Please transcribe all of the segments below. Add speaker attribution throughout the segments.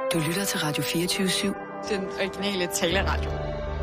Speaker 1: Du lytter til Radio 24/7.
Speaker 2: Den originale taleradio.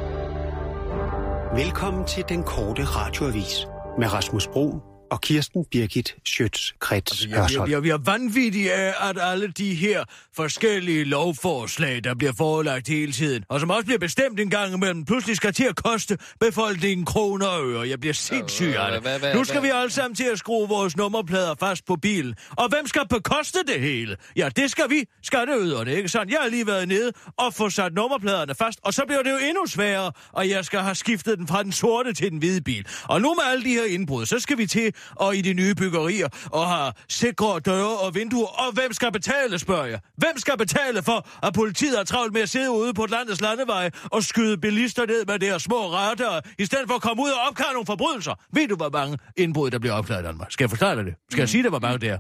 Speaker 3: Velkommen til den korte radioavis med Rasmus Bro og Kirsten Birgit Schøtz-Krets Hørsholm.
Speaker 4: Jeg er vanvittig af, at alle de her forskellige lovforslag, der bliver forelagt hele tiden, og som også bliver bestemt en gang imellem, pludselig skal til at koste befolkningen kroner og øre. Jeg bliver sindssyg af det. Nu skal vi alle sammen til at skrue vores nummerplader fast på bilen. Og hvem skal bekoste det hele? Ja, det skal vi, skatteyderne, ikke sådan? Jeg har lige været nede og få sat nummerpladerne fast, og så bliver det jo endnu sværere, og jeg skal have skiftet den fra den sorte til den hvide bil. Og nu med alle de her indbrud, så skal vi til og i de nye byggerier og har sikre døre og vinduer. Og hvem skal betale, spørger jeg? Hvem skal betale for, at politiet er travlt med at sidde ude på landets landeveje og skyde bilister ned med deres små radar, i stedet for at komme ud og opklare nogle forbrydelser? Ved du, hvor mange indbrud, der bliver opklaret i Danmark? Skal jeg forklare dig det? Skal jeg sige det, hvor mange det er?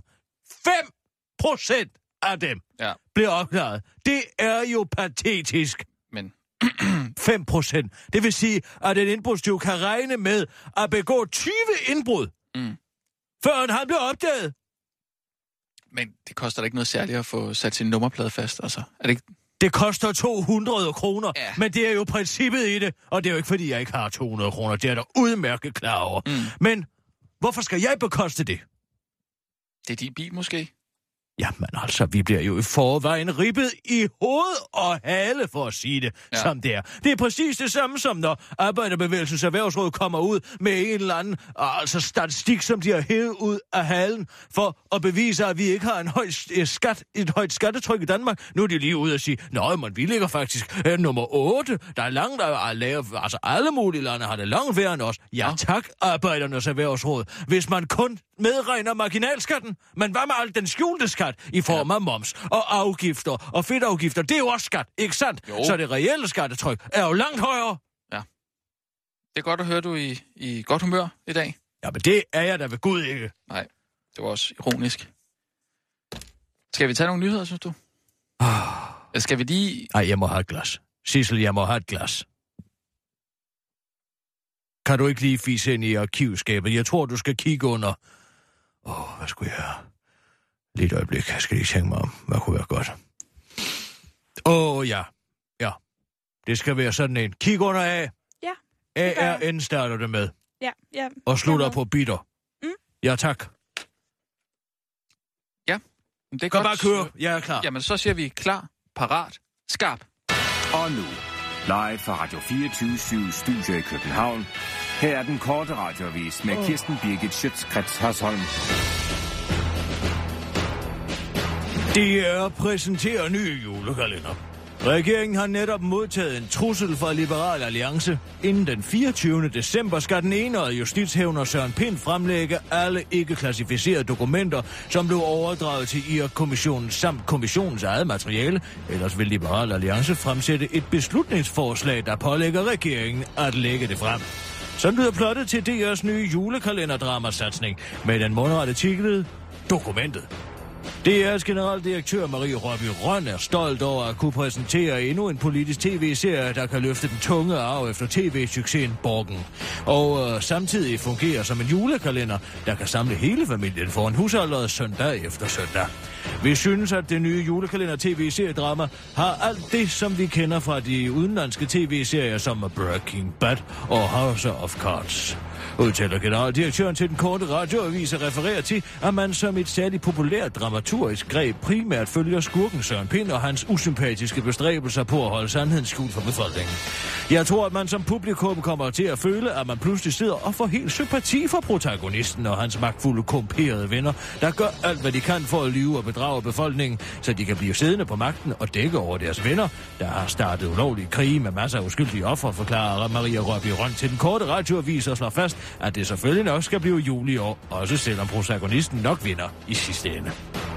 Speaker 4: 5% af dem bliver opklaret. Det er jo patetisk.
Speaker 5: Men
Speaker 4: 5%. Det vil sige, at en indbrudstyv kan regne med at begå 20 indbrud, før han bliver opdaget.
Speaker 5: Men det koster da ikke noget særligt at få sat sin nummerplade fast, altså. Er det ikke...
Speaker 4: Det koster 200 kroner, men det er jo princippet i det, og det er jo ikke, fordi jeg ikke har 200 kroner. Det er da udmærket klar over. Men hvorfor skal jeg bekoste det?
Speaker 5: Det er din bil måske?
Speaker 4: Jamen altså, vi bliver jo i forvejen ribbet i hoved og hale, for at sige det, som det er. Det er præcis det samme som, når Arbejderbevægelsens Erhvervsråd kommer ud med en eller anden statistik, som de har hævet ud af halen, for at bevise, at vi ikke har et højt skattetryk i Danmark. Nu er de lige ude og sige, men vi ligger faktisk nummer 8. Der er langt at lave, altså alle mulige lande har det langt værre end os. Ja tak, Arbejdernes Erhvervsråd. Hvis man kun medregner marginalskatten, men hvad med alt den skjulte skat i form af moms og afgifter og fedtafgifter? Det er jo også skat, ikke sandt? Jo. Så det reelle skattetryk er jo langt højere. Ja.
Speaker 5: Det er godt at høre, du er i godt humør i dag.
Speaker 4: Ja, men det er jeg da ved Gud ikke.
Speaker 5: Nej, det var også ironisk. Skal vi tage nogle nyheder, synes du? Skal vi lige...
Speaker 4: Nej, jeg må have et glas. Sissel, jeg må have et glas. Kan du ikke lige fise ind i arkivskabet? Jeg tror, du skal kigge under... hvad skulle jeg... Lige et øjeblik, jeg skal lige tænke mig om, hvad kunne være godt. Ja. Det skal være sådan en. Kig under A.
Speaker 6: Ja.
Speaker 4: A-R-N starter det med.
Speaker 6: Ja.
Speaker 4: Og slutter på bitter. Ja, tak.
Speaker 5: Ja, det er
Speaker 4: godt. Bare køre, jeg er klar.
Speaker 5: Jamen, så siger vi klar, parat, skarp.
Speaker 7: Og nu, live fra Radio 24/7 Studio i København. Her er den korte radioavis med Kirsten Birgit Schøtz-Krets Hørsholm.
Speaker 4: DR præsenterer nye julekalender. Regeringen har netop modtaget en trussel fra Liberal Alliance. Inden den 24. december skal den enøjede justitshævner Søren Pind fremlægge alle ikke klassificerede dokumenter, som blev overdraget til IR-kommissionen samt kommissionens eget materiale. Ellers vil Liberal Alliance fremsætte et beslutningsforslag, der pålægger regeringen at lægge det frem. Sådan lyder plottet til DR's nye julekalenderdramasatsning med den mundrette titel Dokumentet. DR's generaldirektør Marie Rørbye Rønn er stolt over at kunne præsentere endnu en politisk tv-serie, der kan løfte den tunge arv efter tv-succesen Borgen. Og samtidig fungerer som en julekalender, der kan samle hele familien for en husholdret søndag efter søndag. Vi synes, at det nye julekalender tv-seriedrama har alt det, som vi kender fra de udenlandske tv-serier som Breaking Bad og House of Cards. Udtaler generaldirektøren til den korte radioavis og refererer til, at man som et særligt populært dramaturgisk greb primært følger skurken Søren Pind og hans usympatiske bestræbelser på at holde sandheden skjult for befolkningen. Jeg tror, at man som publikum kommer til at føle, at man pludselig sidder og får helt sympati for protagonisten og hans magtfulde korrumperede venner, der gør alt, hvad de kan for at lyve og bedrage befolkningen, så de kan blive siddende på magten og dække over deres venner, der har startet ulovlige krige med masser af uskyldige ofre, forklarer Maria Rørbye Rønn til den korte radioavis og slår fast, at det selvfølgelig nok skal blive jul i år, også selvom protagonisten nok vinder i sidste ende.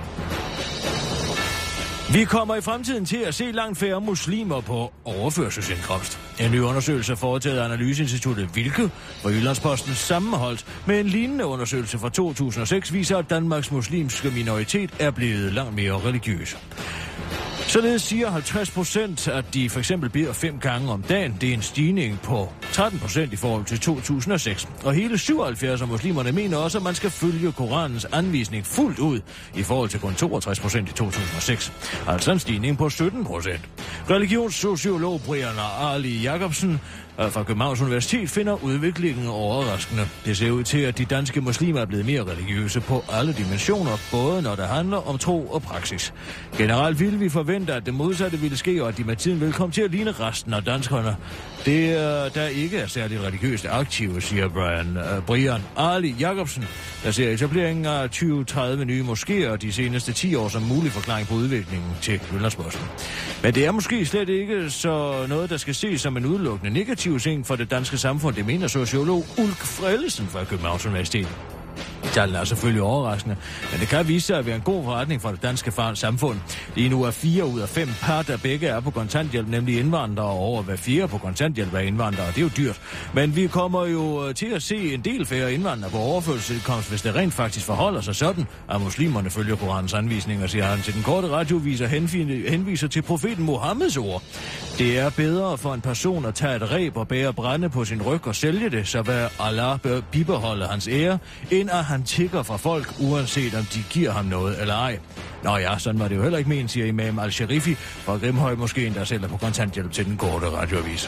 Speaker 4: Vi kommer i fremtiden til at se langt færre muslimer på overførselsindkomst. En ny undersøgelse foretaget af analyseinstituttet Vilke og Jyllandsposten sammenholdt med en lignende undersøgelse fra 2006 viser, at Danmarks muslimske minoritet er blevet langt mere religiøs. Således siger 50%, at de for eksempel beder 5 gange om dagen. Det er en stigning på 13% i forhold til 2006. Og hele 77 af muslimerne mener også, at man skal følge Koranens anvisning fuldt ud i forhold til kun 62% i 2006. Altså en stigning på 17%. Religionssociolog Brian Ali Jacobsen fra Københavns Universitet finder udviklingen overraskende. Det ser ud til, at de danske muslimer er blevet mere religiøse på alle dimensioner, både når det handler om tro og praksis. Generelt ville vi forvente, at det modsatte ville ske, og at de med tiden vil komme til at ligne resten af danskerne. Det der ikke er særlig religiøst aktive, siger Brian Ali Jacobsen, der ser etableringen af 20-30 nye moskéer de seneste 10 år som mulig forklaring på udviklingen til Jyllandsposten. Men det er måske slet ikke så noget, der skal ses som en udelukkende negativ ting for det danske samfund, det mener sociolog Ulf Frellesen fra Københavns Universitet. Tallene er selvfølgelig overraskende, men det kan vise sig at være en god forretning for det danske samfund. Lige nu er 4 ud af 5 par, der begge er på kontanthjælp, nemlig indvandrere, og over hver 4 på kontanthjælp er indvandrere. Det er jo dyrt. Men vi kommer jo til at se en del færre indvandrere på overførselsindkomst, hvis det rent faktisk forholder sig sådan, at muslimerne følger Koranens anvisninger, siger han til den korte radioviser henviser til profeten Muhammeds ord. Det er bedre for en person at tage et reb og bære brænde på sin ryg og sælge det, så hvad Allah bør bibeholde hans ære, end at han tigger fra folk, uanset om de giver ham noget eller ej. Nå ja, sådan var det jo heller ikke ment, siger Imam Al-Sharifi fra Grimhøj Moskeen, der selv er på kontanthjælp til den korte radioavis.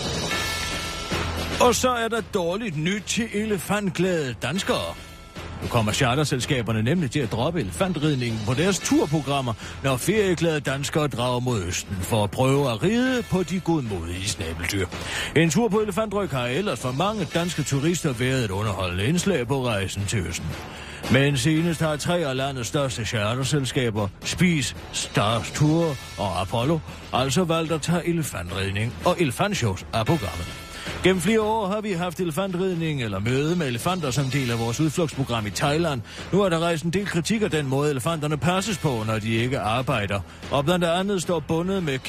Speaker 4: Og så er der dårligt nyt til elefantglade danskere. Nu kommer charterselskaberne nemlig til at droppe elefantridningen på deres turprogrammer, når ferieglade danskere drager mod Østen for at prøve at ride på de godmodige snabeldyr. En tur på elefantryg har ellers for mange danske turister været et underholdende indslag på rejsen til Østen. Men senest har 3 af landets største charterselskaber, Spies, Stars Tour og Apollo, altså valgt at tage elefantridning og elefantshows af programmet. Gennem flere år har vi haft elefantridning eller møde med elefanter som del af vores udflugtsprogram i Thailand. Nu er der rejst en del kritik af den måde, elefanterne passes på, når de ikke arbejder. Og blandt andet står bundet med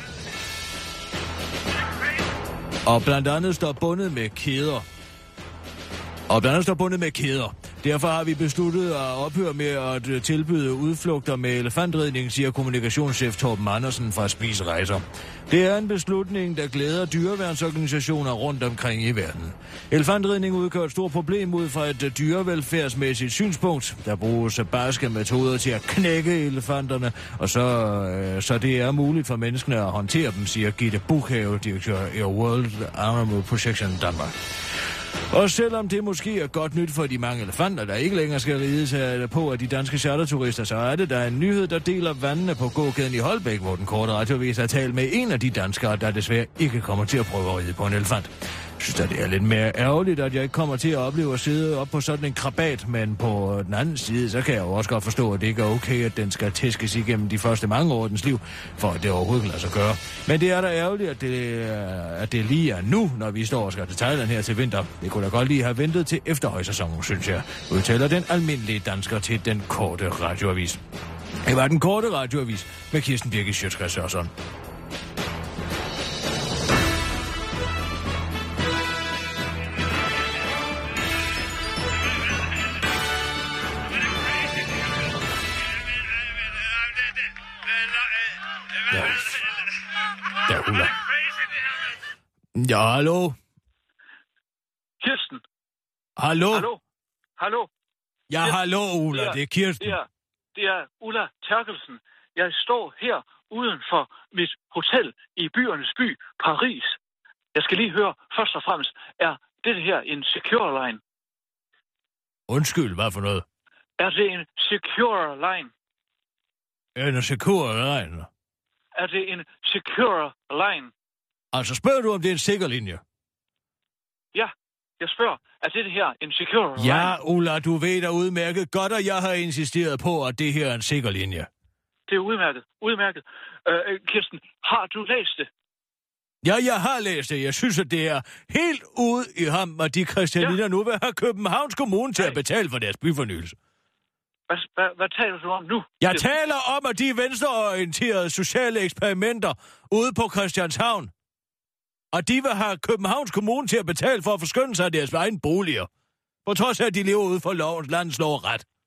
Speaker 4: kæder. Derfor har vi besluttet at ophøre med at tilbyde udflugter med elefantridning, siger kommunikationschef Torben Andersen fra Spis Rejser. Det er en beslutning, der glæder dyreværnsorganisationer rundt omkring i verden. Elefantridning udgør et stort problem ud fra et dyrevelfærdsmæssigt synspunkt. Der bruges barske metoder til at knække elefanterne, og så det er muligt for menneskene at håndtere dem, siger Gitte Buchhave, direktør i World Animal Protection Danmark. Og selvom det måske er godt nyt for de mange elefanter, der ikke længere skal ride på af de danske charterturister, så er det der en nyhed, der deler vandene på gågaden i Holbæk, hvor den korte radioavis har talt med en af de danskere, der desværre ikke kommer til at prøve at ride på en elefant. Jeg synes, at det er lidt mere ærgerligt, at jeg ikke kommer til at opleve at sidde op på sådan en krabat, men på den anden side, så kan jeg jo også godt forstå, at det ikke er okay, at den skal tæskes igennem de første mange år af dens liv, for at det overhovedet kan lade sig gøre. Men det er da ærgerligt, at det lige er nu, når vi står og skal til Thailand her til vinter. Det kunne da godt lige have ventet til efterhøjsæsonen, synes jeg, udtaler den almindelige dansker til den korte radioavis. Det var den korte radioavis med Kirsten Birgit Schøtz-Krets Hørsholm. Ja, Ulla. Ja, hallo?
Speaker 2: Kirsten.
Speaker 4: Hallo?
Speaker 2: Hallo?
Speaker 4: Ja, hallo, Ulla, det er Kirsten.
Speaker 2: Det er Ulla Terkelsen. Jeg står her uden for mit hotel i byernes by, Paris. Jeg skal lige høre, først og fremmest, er det her en secure line?
Speaker 4: Undskyld, hvad for noget?
Speaker 2: Er det en secure line?
Speaker 4: En secure line?
Speaker 2: Er det en secure line?
Speaker 4: Altså, spørger du, om det er en sikker linje?
Speaker 2: Ja, jeg spørger. Er det her en secure line?
Speaker 4: Ja, Ulla, du ved da udmærket godt, at jeg har insisteret på, at det her er en sikker linje.
Speaker 2: Det er udmærket. Udmærket. Kirsten, har du læst det?
Speaker 4: Ja, jeg har læst det. Jeg synes, at det er helt ude i ham, at de kristianiter nu vil have Københavns Kommune til at betale for deres byfornyelse.
Speaker 2: Hvad taler du om nu?
Speaker 4: Jeg taler om, at de venstreorienterede sociale eksperimenter ude på Christianshavn, og de vil have Københavns Kommune til at betale for at forskynde sig af deres egne boliger, på trods af, at de lever ude for landets lov og ret.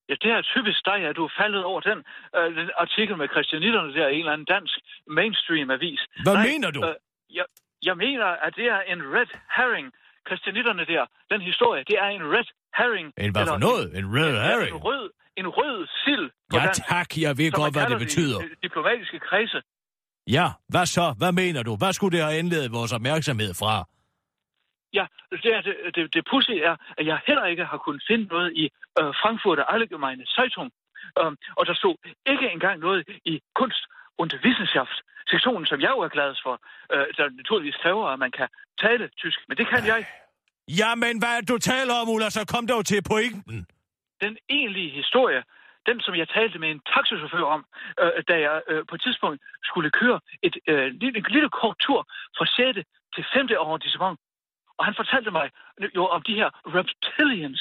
Speaker 2: Ja, det er typisk dig, at du er faldet over den artikel med christianitterne der i en eller anden dansk mainstream-avis.
Speaker 4: Hvad mener du?
Speaker 2: Jeg mener, at det er en red herring. Christianitterne der, den historie, det er en red herring.
Speaker 4: En hvad for noget? En red herring?
Speaker 2: En rød sild.
Speaker 4: Ja tak, jeg ved godt, hvad det betyder.
Speaker 2: Diplomatiske kredse.
Speaker 4: Ja, hvad så? Hvad mener du? Hvad skulle det have indledet vores opmærksomhed fra?
Speaker 2: Ja, det pudsige er, at jeg heller ikke har kunnet finde noget i Frankfurter Allgemeine Zeitung. Og der stod ikke engang noget i Kunst- und Wissenschaft-sektionen, som jeg jo er glad for, der naturligvis kræver, at man kan tale tysk. Men det kan jeg.
Speaker 4: Ja, men hvad du taler om, Ulla, så kom dog til pointen.
Speaker 2: Den egentlige historie, den som jeg talte med en taxichauffør om, da jeg på et tidspunkt skulle køre en lille kort tur fra 6. til 5. arrondissement. Og han fortalte mig jo om de her reptilians.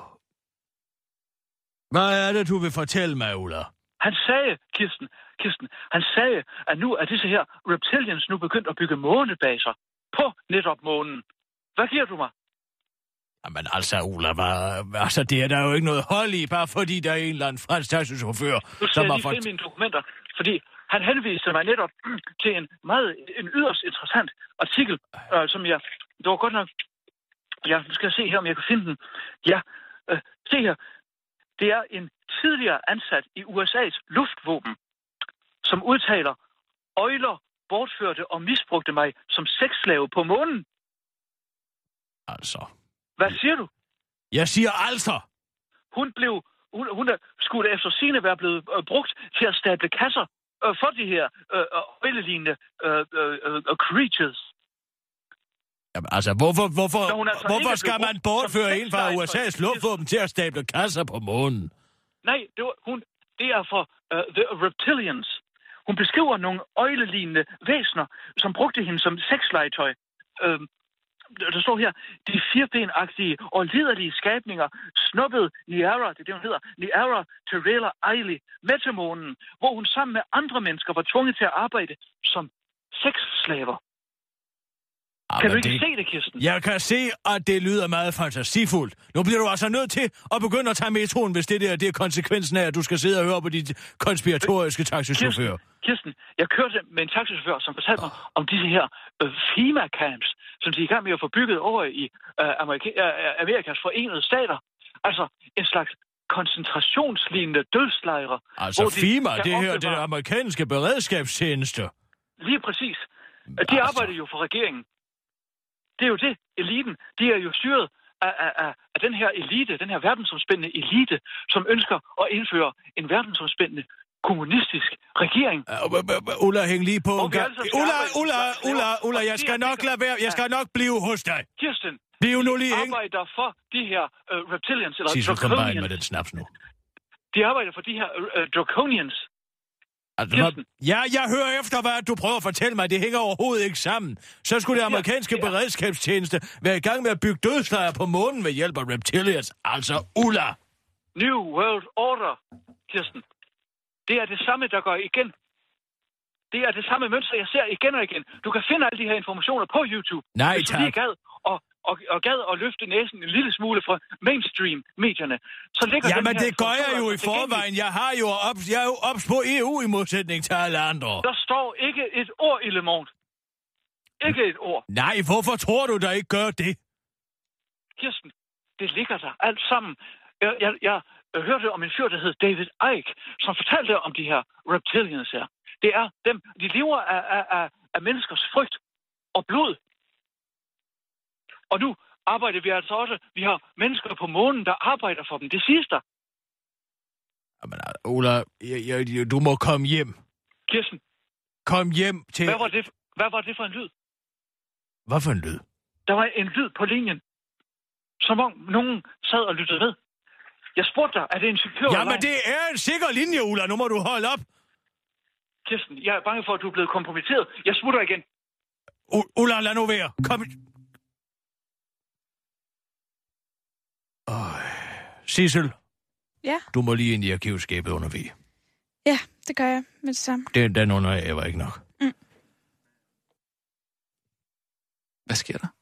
Speaker 4: Hvad er det, du vil fortælle mig, Ulla?
Speaker 2: Han sagde, Kirsten, han sagde, at nu er disse her reptilians nu begyndt at bygge månebaser på netop månen. Hvad giver du mig?
Speaker 4: Jamen altså, Ulla, det er der jo ikke noget hold i, bare fordi der er en eller anden fransk taxichauffør.
Speaker 2: Nu skal jeg lige finde mine dokumenter, fordi han henviste mig netop til en yderst interessant artikel, som jeg... Det var godt nok... Ja, nu skal jeg se her, om jeg kan finde den. Ja, se her. Det er en tidligere ansat i USA's luftvåben, som udtaler, Euler bortførte og misbrugte mig som sexslave på månen.
Speaker 4: Altså...
Speaker 2: Hvad siger du?
Speaker 4: Jeg siger altså.
Speaker 2: Hun skulle efter sigende være blevet brugt til at stable kasser for de her øjlelignende creatures.
Speaker 4: Jamen, altså, hvorfor skal man bortføre en fra USA's luftvåben til at stable kasser på månen?
Speaker 2: Nej, det er for the reptilians. Hun beskriver nogle øjlelignende væsener, som brugte hende som sexlegetøj. Der står her, de firbenagtige og liderlige skabninger snuppede Niara, det er det, hun hedder, Niara Terrella Eiley med til månen, hvor hun sammen med andre mennesker var tvunget til at arbejde som sexslaver. Kan du ikke se det, Kirsten?
Speaker 4: Jeg kan se, at det lyder meget fantasifuldt. Nu bliver du altså nødt til at begynde at tage metroen, hvis det er konsekvensen af, at du skal sidde og høre på de konspiratoriske taxichauffører.
Speaker 2: Kirsten, jeg kørte med en taxichauffør, som fortalte mig om disse her FEMA-camps, som de er i gang med at få bygget over i Amerikas Forenede Stater. Altså en slags koncentrationslignende dødslejre.
Speaker 4: Altså FEMA, det er den amerikanske beredskabstjeneste.
Speaker 2: Lige præcis. De arbejder jo for regeringen. Det er jo det, eliten. De er jo styret af den her elite, den her verdensomspændende elite, som ønsker at indføre en verdensomspændende kommunistisk regering.
Speaker 4: Ulla, hæng lige på. Ulla, jeg skal nok lade være. Jeg skal nok blive hos dig.
Speaker 2: Kirsten,
Speaker 4: bliv nu lige hæng.
Speaker 2: De arbejder for de her reptilians, eller
Speaker 4: Sissel, kom bare ind med den snaps nu.
Speaker 2: De arbejder for de her draconians.
Speaker 4: Altså, jeg hører efter, hvad du prøver at fortælle mig. Det hænger overhovedet ikke sammen. Så skulle det amerikanske beredskabstjeneste være i gang med at bygge dødslejre på månen ved hjælp af reptilians. Altså, Ulla.
Speaker 2: New World Order, Kirsten. Det er det samme, der går igen. Det er det samme mønster, jeg ser igen og igen. Du kan finde alle de her informationer på YouTube.
Speaker 4: Nej,
Speaker 2: hvis du lige gad og gad at løfte næsen en lille smule fra mainstream-medierne, så ligger
Speaker 4: men det gør jeg jo i forvejen. Jeg er jo ops på EU i modsætning til alle andre.
Speaker 2: Der står ikke et ord i Le Monde. Ikke et ord.
Speaker 4: Nej, hvorfor tror du, der ikke gør det?
Speaker 2: Kirsten, det ligger der alt sammen. Jeg hørte om en fyr, der hed David Icke, som fortalte om de her reptilians her. Det er dem, de lever af menneskers frygt og blod. Og nu arbejder vi altså også, vi har mennesker på månen, der arbejder for dem. Det siges der.
Speaker 4: Jamen, Ulla, du må komme hjem.
Speaker 2: Kirsten.
Speaker 4: Kom hjem til...
Speaker 2: Hvad var det for en lyd?
Speaker 4: Hvad for en lyd?
Speaker 2: Der var en lyd på linjen. Som om nogen sad og lyttede med. Jeg spurgte dig, er det en secure line?
Speaker 4: Jamen, det er en sikker linje, Ulla. Nu må du holde op.
Speaker 2: Kirsten, jeg er bange for, at du er blevet kompromitteret. Jeg smutter igen.
Speaker 4: Ulla, lad nu være. Kom. Sissel?
Speaker 6: Ja?
Speaker 4: Du må lige ind i arkivskabet under V.
Speaker 6: Ja, det gør jeg med det samme.
Speaker 4: Den under A var ikke nok.
Speaker 5: Hvad sker der?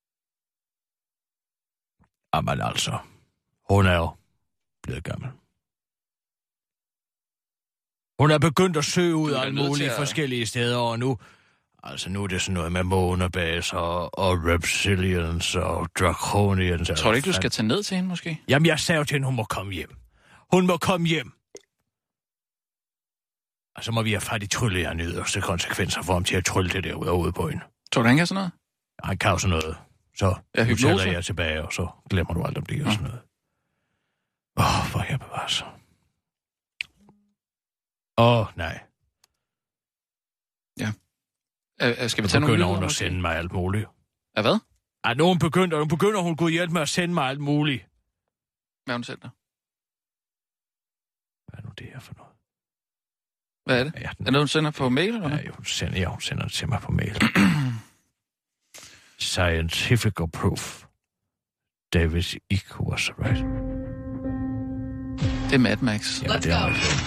Speaker 4: Jamen altså, hun er jo blevet gammel. Hun er begyndt at søge ud
Speaker 5: Du er
Speaker 4: af alle
Speaker 5: nødt
Speaker 4: mulige
Speaker 5: til at-
Speaker 4: forskellige steder, og nu... Altså, nu er det sådan noget med månebaser og reptilians og draconians.
Speaker 5: Tror du ikke, du skal tage ned til hende, måske?
Speaker 4: Jamen, jeg sagde jo til hende, hun må komme hjem. Hun må komme hjem. Og så må vi have fat i tryllejern yderste konsekvenser for ham til at trylle det derude på hende.
Speaker 5: Tror du, han kan sådan noget?
Speaker 4: Han kan jo sådan noget. Så
Speaker 5: Ja,
Speaker 4: nu
Speaker 5: hypnose.
Speaker 4: tæller jeg tilbage, og så glemmer du alt om det og sådan noget. Hvor jeg bevares. Nej.
Speaker 5: Skal vi
Speaker 4: Nu
Speaker 5: tage nogle
Speaker 4: begynder hun
Speaker 5: nyheder,
Speaker 4: at sende mig alt muligt.
Speaker 5: Ja, hvad?
Speaker 4: Nu begynder hun at gå hjælpe med at sende mig alt muligt.
Speaker 5: Hvad har hun sendt dig?
Speaker 4: Hvad er nu det her for noget?
Speaker 5: Hvad er det?
Speaker 4: Ja,
Speaker 5: Er det noget, hun sender på mail, eller hvad?
Speaker 4: hun sender det til mig på mail. Scientific proof. David Icke was right.
Speaker 5: Det er Mad Max.
Speaker 4: Ja, det er rigtigt.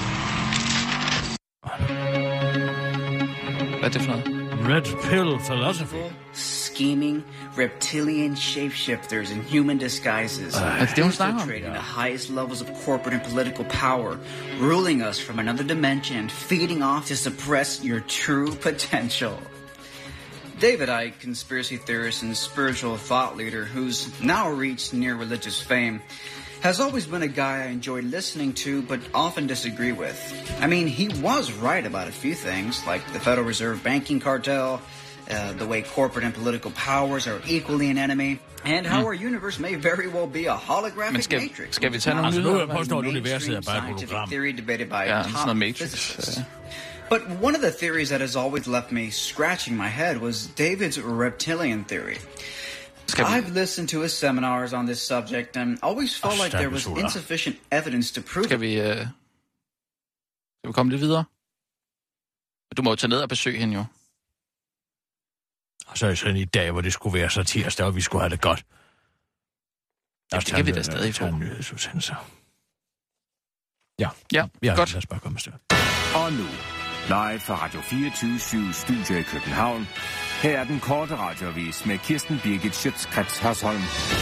Speaker 5: Hvad er det for noget?
Speaker 4: Red pill philosophy.
Speaker 8: Scheming, reptilian shapeshifters in human disguises.
Speaker 5: Er det det, hun snakker om?
Speaker 8: Infiltrating the highest levels of corporate and political power, ruling us from another dimension and feeding off to suppress your true potential. David Icke, conspiracy theorist and spiritual thought leader who's now reached near religious fame, has always been a guy I enjoyed listening to but often disagree with. I mean, he was right about a few things, like the Federal Reserve banking cartel, the way corporate and political powers are equally an enemy, and how our universe may very well be a holographic
Speaker 5: Men
Speaker 8: matrix.
Speaker 5: skal vi tage nogle
Speaker 4: Altså,
Speaker 5: nyheder?
Speaker 4: nu påstår du, universet er bare et
Speaker 8: Scientific
Speaker 4: hologram.
Speaker 8: theory debated by
Speaker 5: Ja, sådan
Speaker 8: top
Speaker 5: noget Matrix.
Speaker 8: physicists. But one of the theories that has always left me scratching my head was David's reptilian theory. I've listened to his seminars on this subject and always felt like there was insufficient evidence to prove
Speaker 5: Skal vi komme lidt videre? Du må jo tage ned og besøge hende jo.
Speaker 4: Og så er det sådan i dag, hvor det skulle være så tirsdag, og vi skulle have det godt.
Speaker 5: Det kan vi da stadig få.
Speaker 4: Ja,
Speaker 5: godt.
Speaker 4: Lad os bare komme afsted.
Speaker 7: Og nu, live fra Radio 24/7 Studio i København. Her er den korte radioavis med Kirsten Birgit Schøtz-Krets Hørsholm.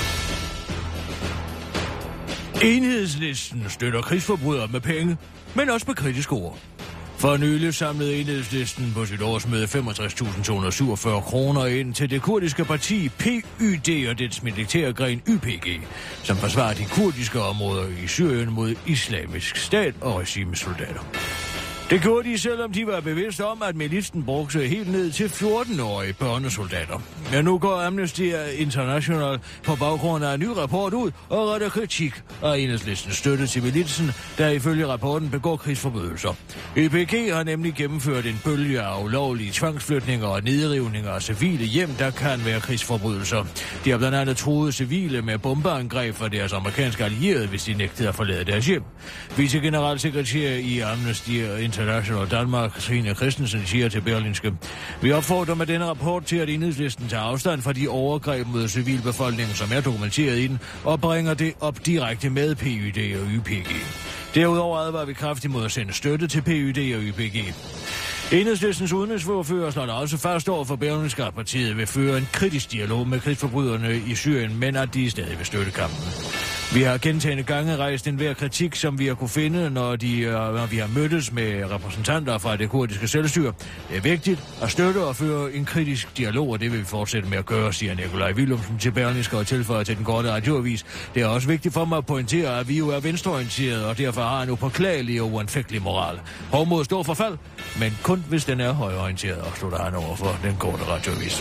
Speaker 4: Enhedslisten støtter krigsforbrydere med penge, men også med kritiske ord. For nylig samlede Enhedslisten på sit årsmøde 65.247 kroner ind til det kurdiske parti PYD og dets militærgren YPG, som forsvarer de kurdiske områder i Syrien mod islamisk stat og regimesoldater. Det gjorde de, selvom de var bevidste om, at militsen brugte helt ned til 14-årige børnesoldater. Men nu går Amnesty International på baggrund af en ny rapport ud og retter kritik af Enhedslistens støtte til militsen, der ifølge rapporten begår krigsforbrydelser. YPG har nemlig gennemført en bølge af ulovlige tvangsflytninger og nedrivninger af civile hjem, der kan være krigsforbrydelser. De har blandt andet truet civile med bombeangreb for deres amerikanske allierede, hvis de nægtede at forlade deres hjem. Vicegeneralsekretær i Amnesty International Danmark, Trine Christensen, siger til Berlingske: Vi opfordrer med denne rapport til, at Enhedslisten tager afstand fra de overgreb mod civilbefolkningen, som er dokumenteret i den, og bringer det op direkte med PYD og YPG. Derudover advarer vi kraftigt mod at sende støtte til PYD og YPG. Enhedslistens udenrigsordfører slår der også fast over for Berlingske, at partiet vil føre en kritisk dialog med krigsforbryderne i Syrien, men at de stadig vil støtte kampen. Vi har gentagne gange rejst enhver kritik, som vi har kunne finde, når vi har mødtes med repræsentanter fra det kurdiske selvstyre. Det er vigtigt at støtte og føre en kritisk dialog, og det vil vi fortsætte med at gøre, siger Nikolaj Villumsen til Berlingske og tilføjer til den korte radioavis. Det er også vigtigt for mig at pointere, at vi jo er venstreorienterede, og derfor har en upåklagelig og uanfægtelig moral. Hovmod står for fald, men kun hvis den er højreorienteret, og slutter han over for den korte radioavis.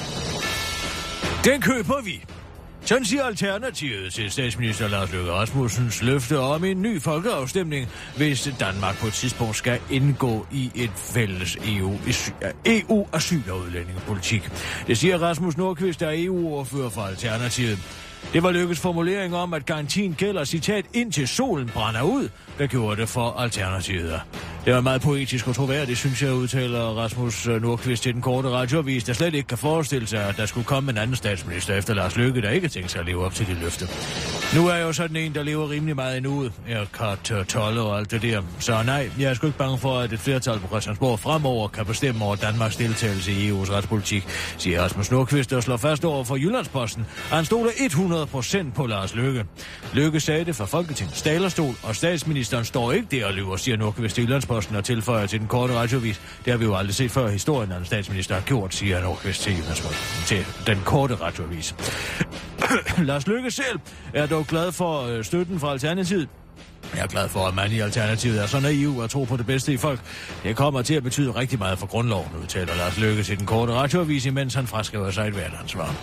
Speaker 4: Den køber vi. Sådan siger Alternativet til statsminister Lars Løkke Rasmussens løfte om en ny folkeafstemning, hvis Danmark på et tidspunkt skal indgå i et fælles EU-asyl- og udlændingepolitik. Det siger Rasmus Nordqvist, der er EU-ordfører for Alternativet. Det var Løkkes formulering om, at garantien gælder, citat, indtil solen brænder ud, der gjorde det for Alternativet. Det var meget poetisk og troværdigt, synes jeg, udtaler Rasmus Nordqvist til den korte radioavis, der slet ikke kan forestille sig, at der skulle komme en anden statsminister efter Lars Løkke, der ikke tænkte sig at leve op til det løfte. Nu er jeg jo sådan en, der lever rimelig meget i nuet. Jeg kan tolle og alt det der. Så nej, jeg er sgu ikke bange for, at et flertal på Christiansborg fremover kan bestemme over Danmarks deltagelse i EU's retspolitik, siger Rasmus Nordqvist og slår fast over for Jyllandsposten. Han stoler 100% på Lars Løkke. Løkke sagde det fra Folketingets talerstol, og statsministeren står ikke der og lyver, siger Nordqvist til Jyllandsposten og tilføjer til den korte radioavis. Det har vi jo aldrig set før i historien, at en statsminister har gjort, siger Nordqvist til Jyllandsposten til den korte radioavis. Lars Løkke selv er dog glad for støtten fra Alternativet. Jeg er glad for, at man i Alternativet er så naiv og tror på det bedste i folk. Det kommer til at betyde rigtig meget for grundloven, udtaler Lars Løkke til den korte radioavis, imens han fraskriver sig et hverdagsansvar.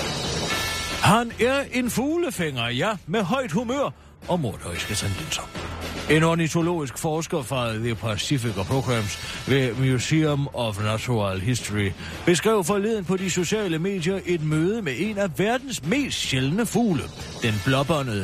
Speaker 4: Han er en fuglefænger, ja, med højt humør og morderiske tendenser. En ornitologisk forsker fra The Pacific Programs ved Museum of Natural History beskrev forleden på de sociale medier et møde med en af verdens mest sjældne fugle, den blåbåndede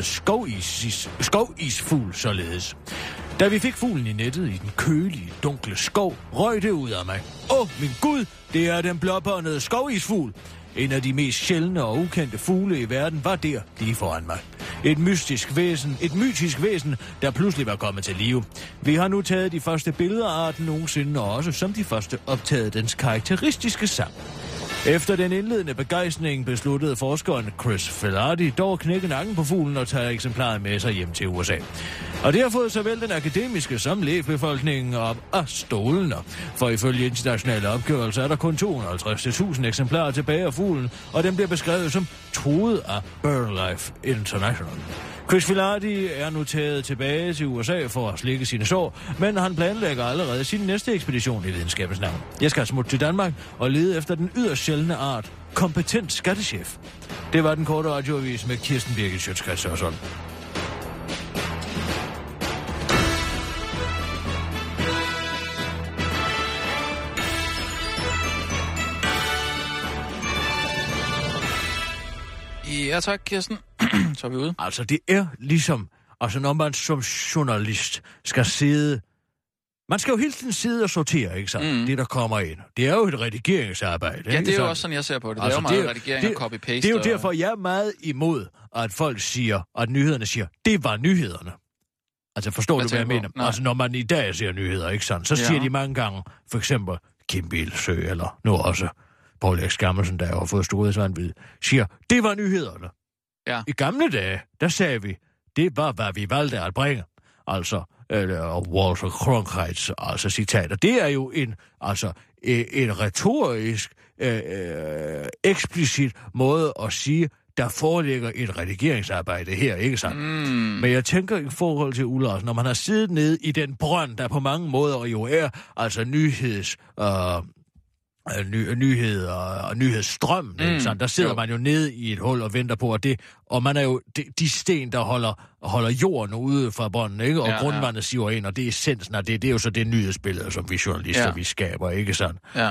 Speaker 4: skovisfugl således. Da vi fik fuglen i nettet i den kølige, dunkle skov, røg det ud af mig. Min Gud, det er den blåbåndede skovisfugl. En af de mest sjældne og ukendte fugle i verden var der lige foran mig. Et mytisk væsen, der pludselig var kommet til live. Vi har nu taget de første billeder af arten nogensinde, og også som de første optaget dens karakteristiske sang. Efter den indledende begejstring besluttede forskeren Chris Filardi dog at knække nakken på fuglen og tage eksemplaret med sig hjem til USA. Og det har fået såvel den akademiske som lægebefolkningen op af stolene. For ifølge internationale opgørelser er der kun 250.000 eksemplarer tilbage af fuglen, og den bliver beskrevet som truet af BirdLife International. Chris Filardi er nu taget tilbage til USA for at slikke sine sår, men han planlægger allerede sin næste ekspedition i videnskabens navn. Jeg skal smutte til Danmark og lede efter den yderst sjældne art, kompetent skattechef. Det var den korte radioavis med Kirsten Birgit Schøtz-Krets Hørsholm.
Speaker 5: Ja tak, Kirsten. Så er vi ude.
Speaker 4: Altså, det er ligesom, når man som journalist skal sidde... Man skal jo hele tiden sidde og sortere, ikke sant? Det, der kommer ind. Det er jo et redigeringsarbejde.
Speaker 5: Ja, det er jo også sådan, jeg ser på det. Det er jo meget redigering og copy-paste.
Speaker 4: Det er jo derfor, jeg er meget imod, at folk siger, at nyhederne siger, det var nyhederne. Altså, forstår du, hvad jeg mener? Nej. Altså, når man i dag ser nyheder, ikke sant? Så siger de mange gange, for eksempel Kim Bilsø, eller nu også Poul Erik Skammelsen, der har fået storhedsvandvid, siger, det var nyhederne.
Speaker 5: Ja.
Speaker 4: I gamle dage, der sagde vi, det var, hvad vi valgte at bringe. Altså, Walter Cronkite's altså citater. Det er jo en retorisk, eksplicit måde at sige, der foreligger et redigeringsarbejde her, ikke sandt? Men jeg tænker i forhold til Ulla, når man har siddet nede i den brønd, der på mange måder jo er, altså nyheder og nyhedsstrøm, ikke sant? Der sidder man jo nede i et hul og venter på, at det, og man er jo de sten, der holder jorden ude fra bunden, ikke? Og grundvandet siver ind, og det er essensen af det. Det er jo så det nyhedsbillede, som vi journalister, vi skaber, ikke sandt? Ja.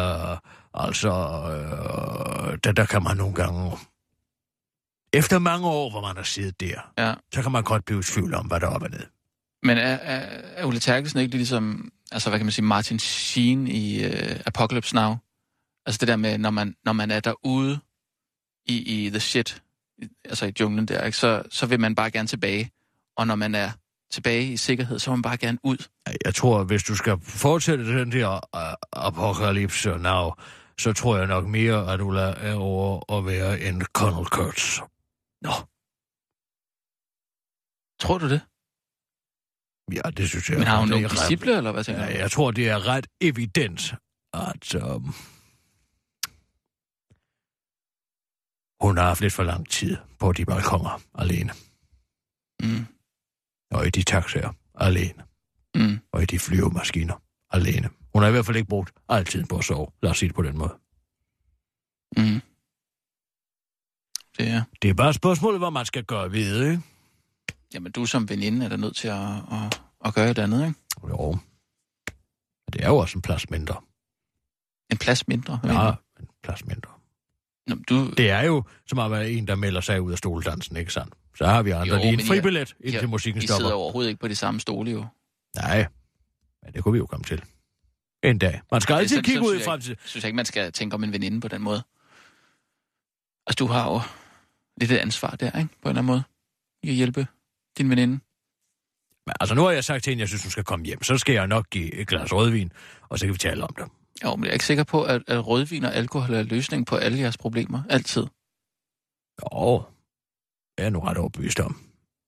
Speaker 4: Der kan man nogle gange... Efter mange år, hvor man har siddet der, så kan man godt blive i tvivl om, hvad der er op og ned. Men
Speaker 5: er Ulla Terkelsen ikke ligesom, altså hvad kan man sige, Martin Sheen i Apocalypse Now? Altså det der med, når man er derude i the shit, altså i junglen der, ikke? Så vil man bare gerne tilbage. Og når man er tilbage i sikkerhed, så vil man bare gerne ud.
Speaker 4: Jeg tror, hvis du skal fortsætte den der Apocalypse Now, så tror jeg nok mere, at Ulla er over at være en Colonel Kurtz. Nå.
Speaker 5: Tror du det?
Speaker 4: Ja, det synes jeg.
Speaker 5: Men har hun nogle disciple, eller hvad tænker du?
Speaker 4: Jeg tror, det er ret evident, at hun har haft lidt for lang tid på de balkoner alene. Og i de taxaer alene. Og i de flyvemaskiner alene. Hun har i hvert fald ikke brugt altid på at sove. Lad os sige det på den måde. Det er bare spørgsmålet, hvad man skal gøre ved, ikke?
Speaker 5: Jamen, du som veninde er da nødt til at gøre et andet, ikke?
Speaker 4: Jo. Det er jo også en plads mindre.
Speaker 5: En plads mindre?
Speaker 4: Ja, en plads mindre.
Speaker 5: Nå,
Speaker 4: det er jo som at være en, der melder sig ud af stoledansen, ikke sandt? Så har vi andre lige en fribillet, indtil musikken stopper.
Speaker 5: Vi sidder overhovedet ikke på de samme stole, jo.
Speaker 4: Nej, men det kunne vi jo komme til. En dag. Man skal altid kigge ud i fremtiden.
Speaker 5: Jeg synes ikke, man skal tænke om en veninde på den måde. Altså, du har jo lidt et ansvar der, ikke? På en eller anden måde. i at hjælpe din veninde?
Speaker 4: Men, altså, nu har jeg sagt til hende, at jeg synes, hun skal komme hjem. Så skal jeg nok give et glas rødvin, og så kan vi tale om det.
Speaker 5: Jo, men jeg er ikke sikker på, at rødvin og alkohol er løsningen på alle jeres problemer. Altid.
Speaker 4: Jo, jeg er nu ret overbevist om.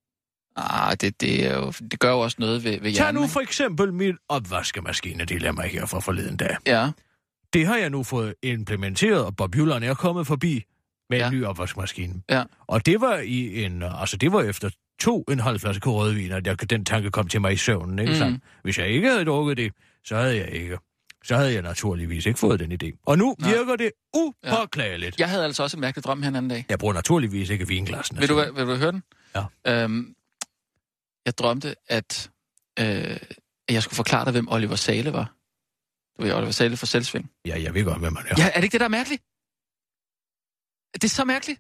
Speaker 5: Det gør jo også noget ved hjernen.
Speaker 4: Tag nu for eksempel min opvaskemaskine, det lader mig her fra forleden dag.
Speaker 5: Ja.
Speaker 4: Det har jeg nu fået implementeret, og Bob Jylland er kommet forbi med en ny opvaskemaskine.
Speaker 5: Ja.
Speaker 4: Og det var det var efter 2,5 flasker rødvin, at den tanke kom til mig i søvnen, ikke sandt? Hvis jeg ikke havde drukket det, så havde jeg naturligvis ikke fået den idé. Og nu virker det upåklageligt.
Speaker 5: Jeg havde altså også en mærkelig drøm her en anden dag.
Speaker 4: Jeg bruger naturligvis ikke vinglassen.
Speaker 5: Vil du høre den?
Speaker 4: Ja.
Speaker 5: Jeg drømte, at jeg skulle forklare dig, hvem Oliver Zahle var. Du ved, Oliver Zahle fra Selvsving.
Speaker 4: Ja, jeg ved godt, hvem han er.
Speaker 5: Ja, er det ikke det, der er mærkeligt? Det er så mærkeligt.